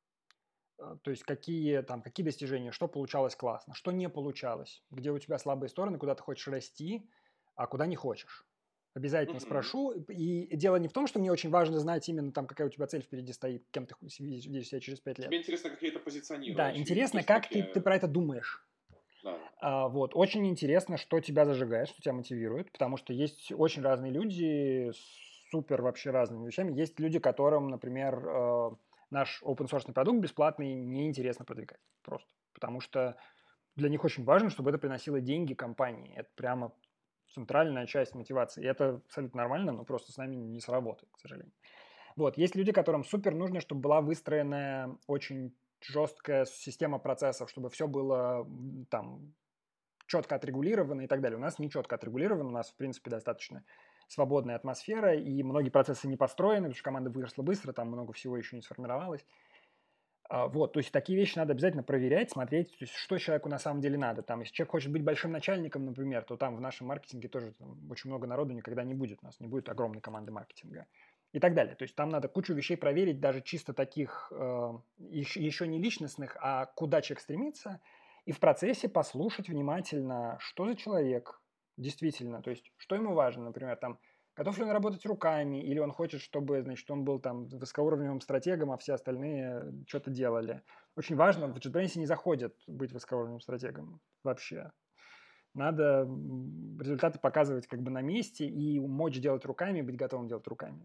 То есть какие достижения, что получалось классно, что не получалось, где у тебя слабые стороны, куда ты хочешь расти, а куда не хочешь. Обязательно спрошу. И дело не в том, что мне очень важно знать именно там, какая у тебя цель впереди стоит, кем ты видишь себя через 5 лет. Тебе интересно, как я это позиционирую. Да, интересно, как ты про это думаешь. Да. Вот. Очень интересно, что тебя зажигает, что тебя мотивирует, потому что есть очень разные люди с супер вообще разными вещами. Есть люди, которым, например, наш open-source продукт бесплатный неинтересно продвигать просто, потому что для них очень важно, чтобы это приносило деньги компании. Это прямо центральная часть мотивации. И это абсолютно нормально, но просто с нами не сработает, к сожалению. Вот. Есть люди, которым супер нужно, чтобы была выстроенная очень жесткая система процессов, чтобы все было там четко отрегулировано и так далее. У нас не четко отрегулировано, у нас, в принципе, достаточно свободная атмосфера, и многие процессы не построены, потому что команда выросла быстро, там много всего еще не сформировалось. Вот, то есть такие вещи надо обязательно проверять, смотреть, то есть что человеку на самом деле надо. Там, если человек хочет быть большим начальником, например, то там в нашем маркетинге тоже очень много народу никогда не будет, у нас не будет огромной команды маркетинга и так далее. То есть там надо кучу вещей проверить, даже чисто таких еще не личностных, а куда человек стремится, и в процессе послушать внимательно, что за человек действительно, то есть что ему важно, например, там, готов ли он работать руками, или он хочет, чтобы, значит, он был там высокоуровневым стратегом, а все остальные что-то делали. Очень важно, в JetBrains не заходит быть высокоуровневым стратегом вообще. Надо результаты показывать как бы на месте и мочь делать руками, быть готовым делать руками.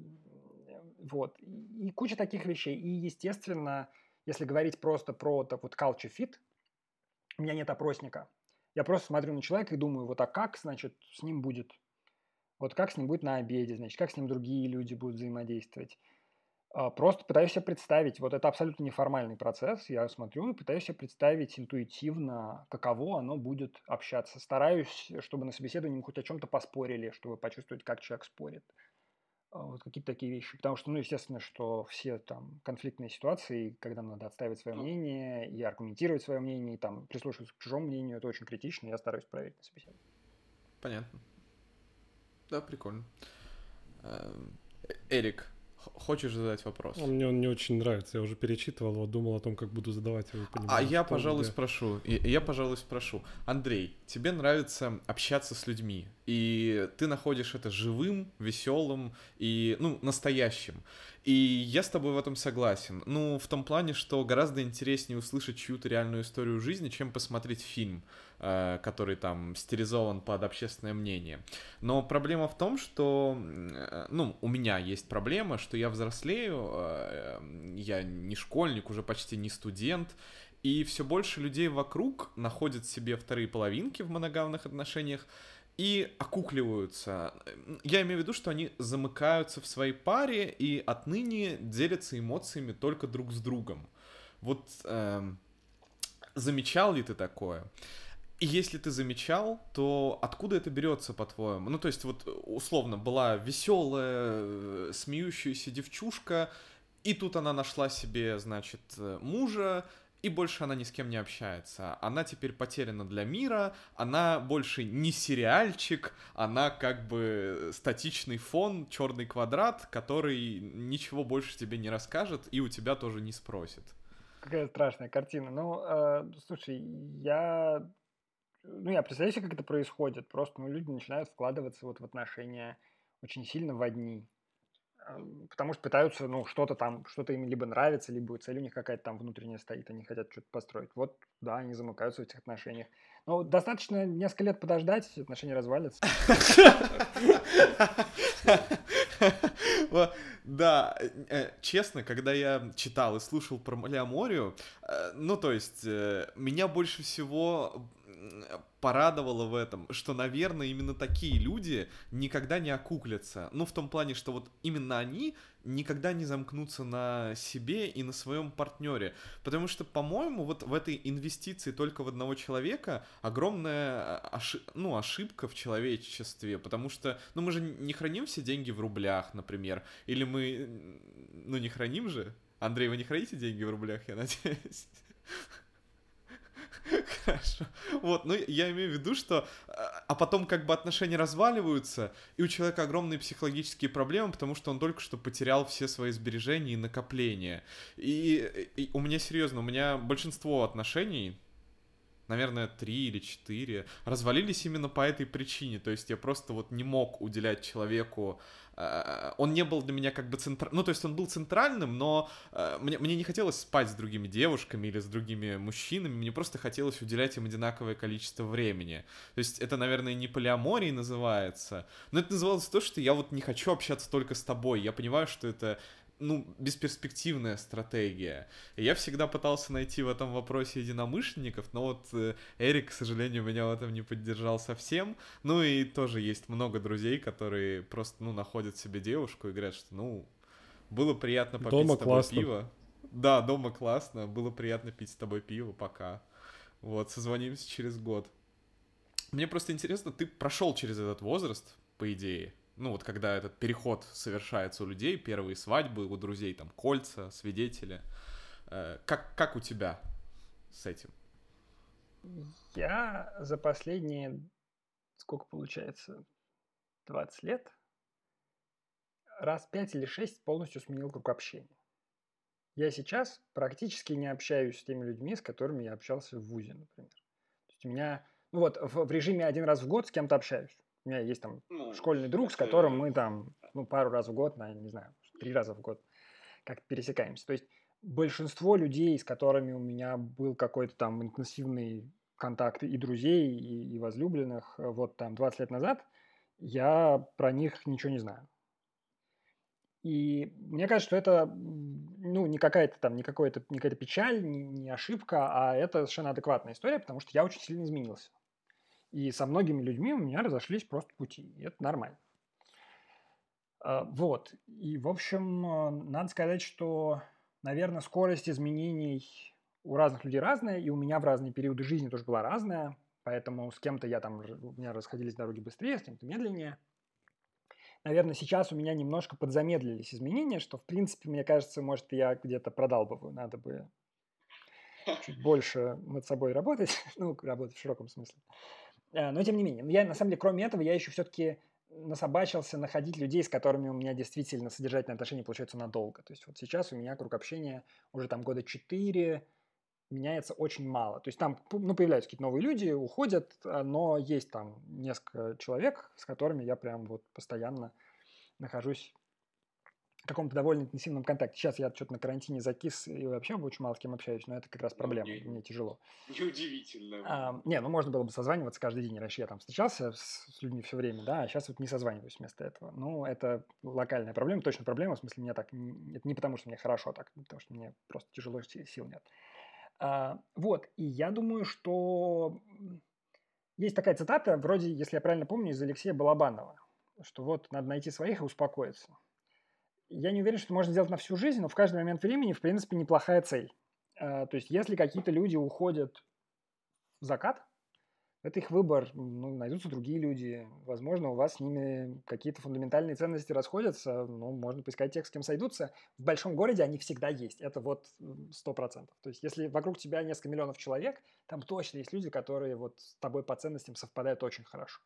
Вот. И куча таких вещей. И, естественно, если говорить просто про вот culture fit, у меня нет опросника. Я просто смотрю на человека и думаю, вот а как, значит, с ним будет? Вот как с ним будет на обеде, значит, как с ним другие люди будут взаимодействовать. Просто пытаюсь себе представить, вот это абсолютно неформальный процесс, я смотрю и пытаюсь себе представить интуитивно, каково оно будет общаться. Стараюсь, чтобы на собеседовании мы хоть о чем-то поспорили, чтобы почувствовать, как человек спорит. Вот какие-то такие вещи. Потому что, естественно, что все там конфликтные ситуации, когда надо отстаивать свое мнение и аргументировать свое мнение, и там прислушиваться к чужому мнению, это очень критично, я стараюсь проверить на собеседовании. Понятно. Да, прикольно. Эрик, Хочешь задать вопрос? Мне он не очень нравится. Я уже перечитывал его, думал о том, как буду задавать его. А я, пожалуй, спрошу. Андрей, тебе нравится общаться с людьми, и ты находишь это живым, веселым и, настоящим. И я с тобой в этом согласен. В том плане, что гораздо интереснее услышать чью-то реальную историю жизни, чем посмотреть фильм, который там стилизован под общественное мнение. Но проблема в том, что, у меня есть проблема, что я взрослею, я не школьник, уже почти не студент, и все больше людей вокруг находят себе вторые половинки в моногамных отношениях и окукливаются. Я имею в виду, что они замыкаются в своей паре и отныне делятся эмоциями только друг с другом. Вот замечал ли ты такое? И если ты замечал, то откуда это берется, по-твоему? То есть, вот, условно, была веселая, смеющаяся девчушка, и тут она нашла себе, значит, мужа, и больше она ни с кем не общается. Она теперь потеряна для мира, она больше не сериальчик, она как бы статичный фон, черный квадрат, который ничего больше тебе не расскажет и у тебя тоже не спросит. Какая страшная картина. Слушай, я представляю себе, как это происходит. Просто люди начинают вкладываться вот в отношения очень сильно в одни. Потому что пытаются, что-то им либо нравится, либо цель у них какая-то там внутренняя стоит, они хотят что-то построить. Вот, да, они замыкаются в этих отношениях. Но достаточно несколько лет подождать, отношения развалятся. Да, честно, когда я читал и слушал про полиаморию, меня больше всего порадовало в этом, что, наверное, именно такие люди никогда не окуклятся. В том плане, что вот именно они никогда не замкнутся на себе и на своем партнере. Потому что, по-моему, вот в этой инвестиции только в одного человека огромная ошибка в человечестве. Потому что, мы же не храним все деньги в рублях, например. Или мы, не храним же? Андрей, вы не храните деньги в рублях, я надеюсь? Хорошо. Вот, я имею в виду, что... А потом как бы отношения разваливаются, и у человека огромные психологические проблемы, потому что он только что потерял все свои сбережения и накопления. И у меня большинство отношений, наверное, 3 или 4, развалились именно по этой причине. То есть я просто вот не мог уделять человеку... Он не был для меня как бы центральным... то есть он был центральным, но мне не хотелось спать с другими девушками или с другими мужчинами, мне просто хотелось уделять им одинаковое количество времени. То есть это, наверное, не полиаморией называется, но это называлось то, что я вот не хочу общаться только с тобой. Я понимаю, что это... бесперспективная стратегия. И я всегда пытался найти в этом вопросе единомышленников, но вот Эрик, к сожалению, меня в этом не поддержал совсем. И тоже есть много друзей, которые просто, находят себе девушку и говорят, что, было приятно попить дома с тобой классно. пиво. Да, дома классно, было приятно пить с тобой пиво, пока. Вот, созвонимся через год. Мне просто интересно, ты прошел через этот возраст, по идее. Когда этот переход совершается у людей, первые свадьбы, у друзей там кольца, свидетели. Как у тебя с этим? Я за последние, сколько получается, 20 лет, раз 5 или 6 полностью сменил круг общения. Я сейчас практически не общаюсь с теми людьми, с которыми я общался в ВУЗе, например. То есть у меня, в режиме один раз в год с кем-то общаюсь. У меня есть там школьный друг, с которым мы там, пару раз в год, не знаю, 3 раза в год как-то пересекаемся. То есть большинство людей, с которыми у меня был какой-то там интенсивный контакт и друзей, и возлюбленных, вот там 20 лет назад, я про них ничего не знаю. И мне кажется, что это, не какая-то печаль, не ошибка, а это совершенно адекватная история, потому что я очень сильно изменился. И со многими людьми у меня разошлись просто пути. И это нормально. Вот. И, в общем, надо сказать, что, наверное, скорость изменений у разных людей разная, и у меня в разные периоды жизни тоже была разная. Поэтому с кем-то у меня расходились дороги быстрее, с кем-то медленнее. Наверное, сейчас у меня немножко подзамедлились изменения, что, в принципе, мне кажется, может, я где-то продалбываю. Надо бы чуть больше над собой работать. Работать в широком смысле. Но, тем не менее, я, на самом деле, кроме этого, я еще все-таки насобачился находить людей, с которыми у меня действительно содержательные отношения получаются надолго. То есть вот сейчас у меня круг общения уже там года 4, меняется очень мало. То есть там появляются какие-то новые люди, уходят, но есть там несколько человек, с которыми я прям вот постоянно нахожусь в каком-то довольно интенсивном контакте. Сейчас я что-то на карантине закис и вообще очень мало с кем общаюсь, но это как раз проблема, мне тяжело. Неудивительно. Можно было бы созваниваться каждый день. Раньше я там встречался с людьми все время, да, а сейчас вот не созваниваюсь вместо этого. Ну, это локальная проблема, точно проблема, в смысле, мне так, это не потому, что мне хорошо так, потому что мне просто тяжело, сил нет. Вот, и я думаю, что есть такая цитата, вроде, если я правильно помню, из Алексея Балабанова, что вот надо найти своих и успокоиться. Я не уверен, что это можно сделать на всю жизнь, но в каждый момент времени, в принципе, неплохая цель. То есть, если какие-то люди уходят в закат, это их выбор, найдутся другие люди, возможно, у вас с ними какие-то фундаментальные ценности расходятся, можно поискать тех, с кем сойдутся. В большом городе они всегда есть, это вот 100%. То есть если вокруг тебя несколько миллионов человек, там точно есть люди, которые вот с тобой по ценностям совпадают очень хорошо.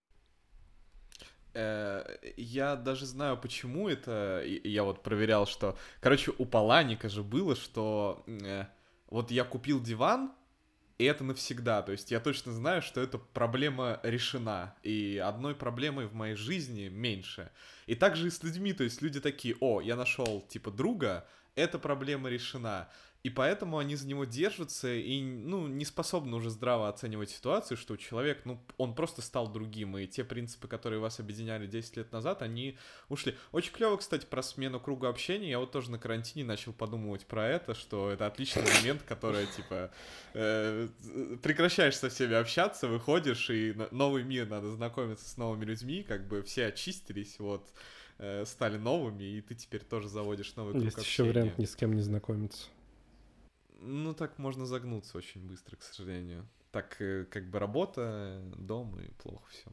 Я даже знаю, почему это. Я вот проверял, что... Короче, у Паланика же было, что вот я купил диван, и это навсегда. То есть я точно знаю, что эта проблема решена. И одной проблемой в моей жизни меньше. И также и с людьми. То есть люди такие: о, я нашел типа друга, эта проблема решена. И поэтому они за него держатся и, не способны уже здраво оценивать ситуацию, что человек, он просто стал другим. И те принципы, которые вас объединяли 10 лет назад, они ушли. Очень клево, кстати, про смену круга общения. Я вот тоже на карантине начал подумывать про это, что это отличный момент, который, типа, прекращаешь со всеми общаться, выходишь, и новый мир, надо знакомиться с новыми людьми, как бы все очистились, вот, стали новыми, и ты теперь тоже заводишь новый круг общения. Есть еще вариант ни с кем не знакомиться. Так можно загнуться очень быстро, к сожалению. Так, как бы работа, дом, и плохо все.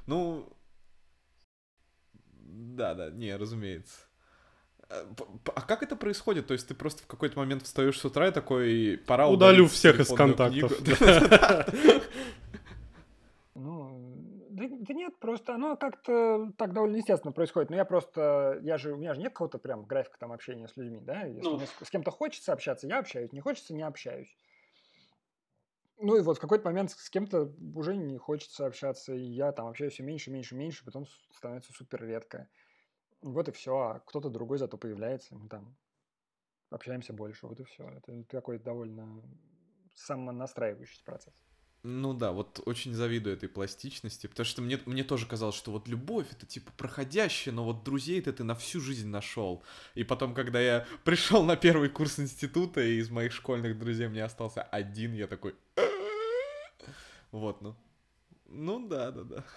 Да, не, разумеется. А как это происходит? То есть ты просто в какой-то момент встаешь с утра и такой: пора удалю всех из контактов. Да нет, просто оно как-то так довольно естественно происходит. Но у меня же нет какого-то прям графика там общения с людьми, да? Если мне с кем-то хочется общаться, я общаюсь, не хочется, не общаюсь. И вот в какой-то момент с кем-то уже не хочется общаться, и я там общаюсь все меньше, меньше, меньше, потом становится супер редко. Вот и все, а кто-то другой зато появляется, мы там общаемся больше, вот и все. Это такой довольно самонастраивающийся процесс. Да, вот очень завидую этой пластичности, потому что мне тоже казалось, что вот любовь это типа проходящая, но вот друзей-то ты на всю жизнь нашел. И потом, когда я пришел на первый курс института, и из моих школьных друзей мне остался один, я такой: вот, да.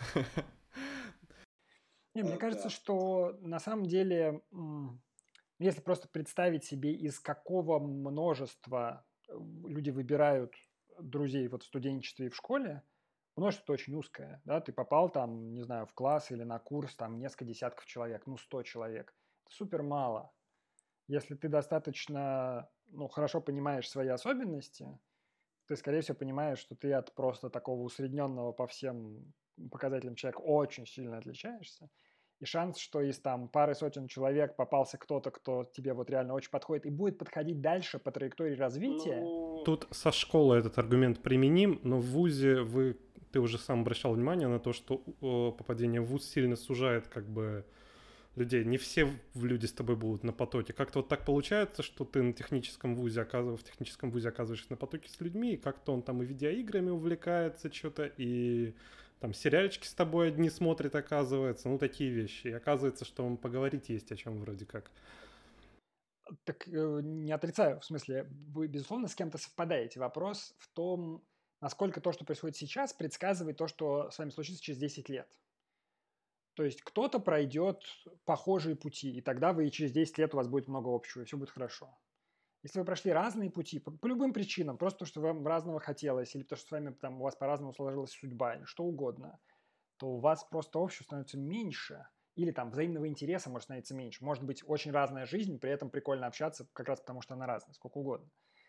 Мне кажется, что на самом деле, если просто представить себе, из какого множества люди выбирают друзей вот в студенчестве и в школе, множество очень узкое, да, ты попал там, не знаю, в класс или на курс, там несколько десятков человек, 100 человек, это супер мало. Если ты достаточно, хорошо понимаешь свои особенности, ты, скорее всего, понимаешь, что ты от просто такого усредненного по всем показателям человека очень сильно отличаешься. И шанс, что из там пары сотен человек попался кто-то, кто тебе вот реально очень подходит и будет подходить дальше по траектории развития. Тут со школы этот аргумент применим, но в вузе ты уже сам обращал внимание на то, что попадение в вуз сильно сужает как бы людей. Не все люди с тобой будут на потоке. Как-то вот так получается, что ты в техническом вузе оказываешься на потоке с людьми, и как-то он там и видеоиграми увлекается что-то, и там сериальчики с тобой одни смотрит, оказывается, такие вещи. И оказывается, что вам поговорить есть о чем вроде как. Так не отрицаю, в смысле, вы, безусловно, с кем-то совпадаете. Вопрос в том, насколько то, что происходит сейчас, предсказывает то, что с вами случится через 10 лет. То есть кто-то пройдет похожие пути, и тогда вы и через 10 лет у вас будет много общего, и все будет хорошо. Если вы прошли разные пути, по любым причинам, просто потому что вам разного хотелось, или потому что с вами там, у вас по-разному сложилась судьба, или что угодно, то у вас просто общего становится меньше, или там взаимного интереса может становиться меньше. Может быть очень разная жизнь, при этом прикольно общаться, как раз потому что она разная, сколько угодно.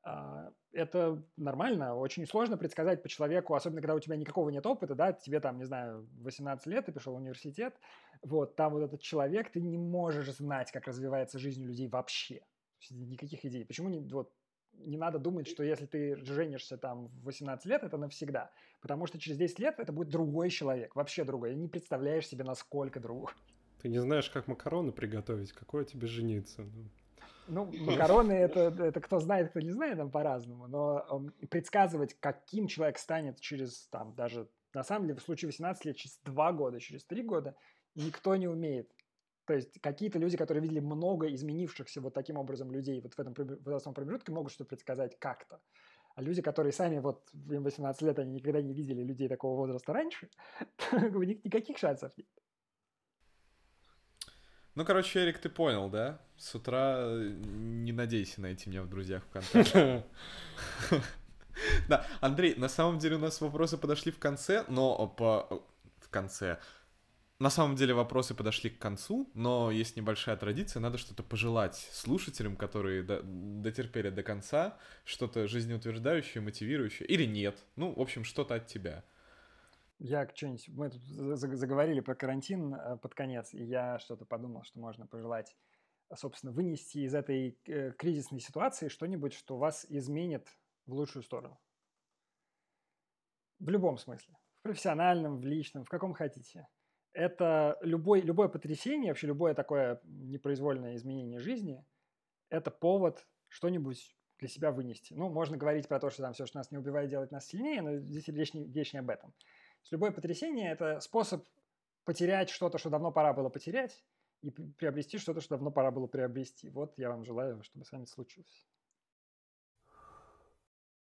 Это нормально, очень сложно предсказать по человеку, особенно когда у тебя никакого нет опыта, да, тебе там, не знаю, 18 лет, ты пришел в университет, вот, там вот этот человек, ты не можешь знать, как развивается жизнь у людей вообще. То есть никаких идей. Почему не надо думать, что если ты женишься там в 18 лет, это навсегда. Потому что через 10 лет это будет другой человек, вообще другой. И не представляешь себе, насколько другой. Ты не знаешь, как макароны приготовить, какое тебе жениться. Ну, макароны это кто знает, кто не знает, там по-разному. Но предсказывать, каким человек станет через, там, даже, на самом деле, в случае 18 лет, через 2 года, через 3 года, никто не умеет. То есть какие-то люди, которые видели много изменившихся вот таким образом людей вот в этом возрастном промежутке, могут что-то предсказать как-то. А люди, которые сами вот им 18 лет, они никогда не видели людей такого возраста раньше, у них никаких шансов нет. Ну, короче, Эрик, ты понял, да? С утра не надейся найти меня в друзьях ВКонтакте. Да, Андрей, на самом деле у нас вопросы подошли в конце, но в конце. На самом деле вопросы подошли к концу, но есть небольшая традиция, надо что-то пожелать слушателям, которые дотерпели до конца, что-то жизнеутверждающее, мотивирующее, или нет. Ну, в общем, что-то от тебя. Мы тут заговорили про карантин под конец, и я что-то подумал, что можно пожелать, собственно, вынести из этой кризисной ситуации что-нибудь, что вас изменит в лучшую сторону. В любом смысле. В профессиональном, в личном, в каком хотите. Это любое потрясение, вообще любое такое непроизвольное изменение жизни, это повод что-нибудь для себя вынести. Ну, можно говорить про то, что там все, что нас не убивает, делает нас сильнее, но здесь речь не об этом. Любое потрясение – это способ потерять что-то, что давно пора было потерять, и приобрести что-то, что давно пора было приобрести. Вот я вам желаю, чтобы с вами это случилось.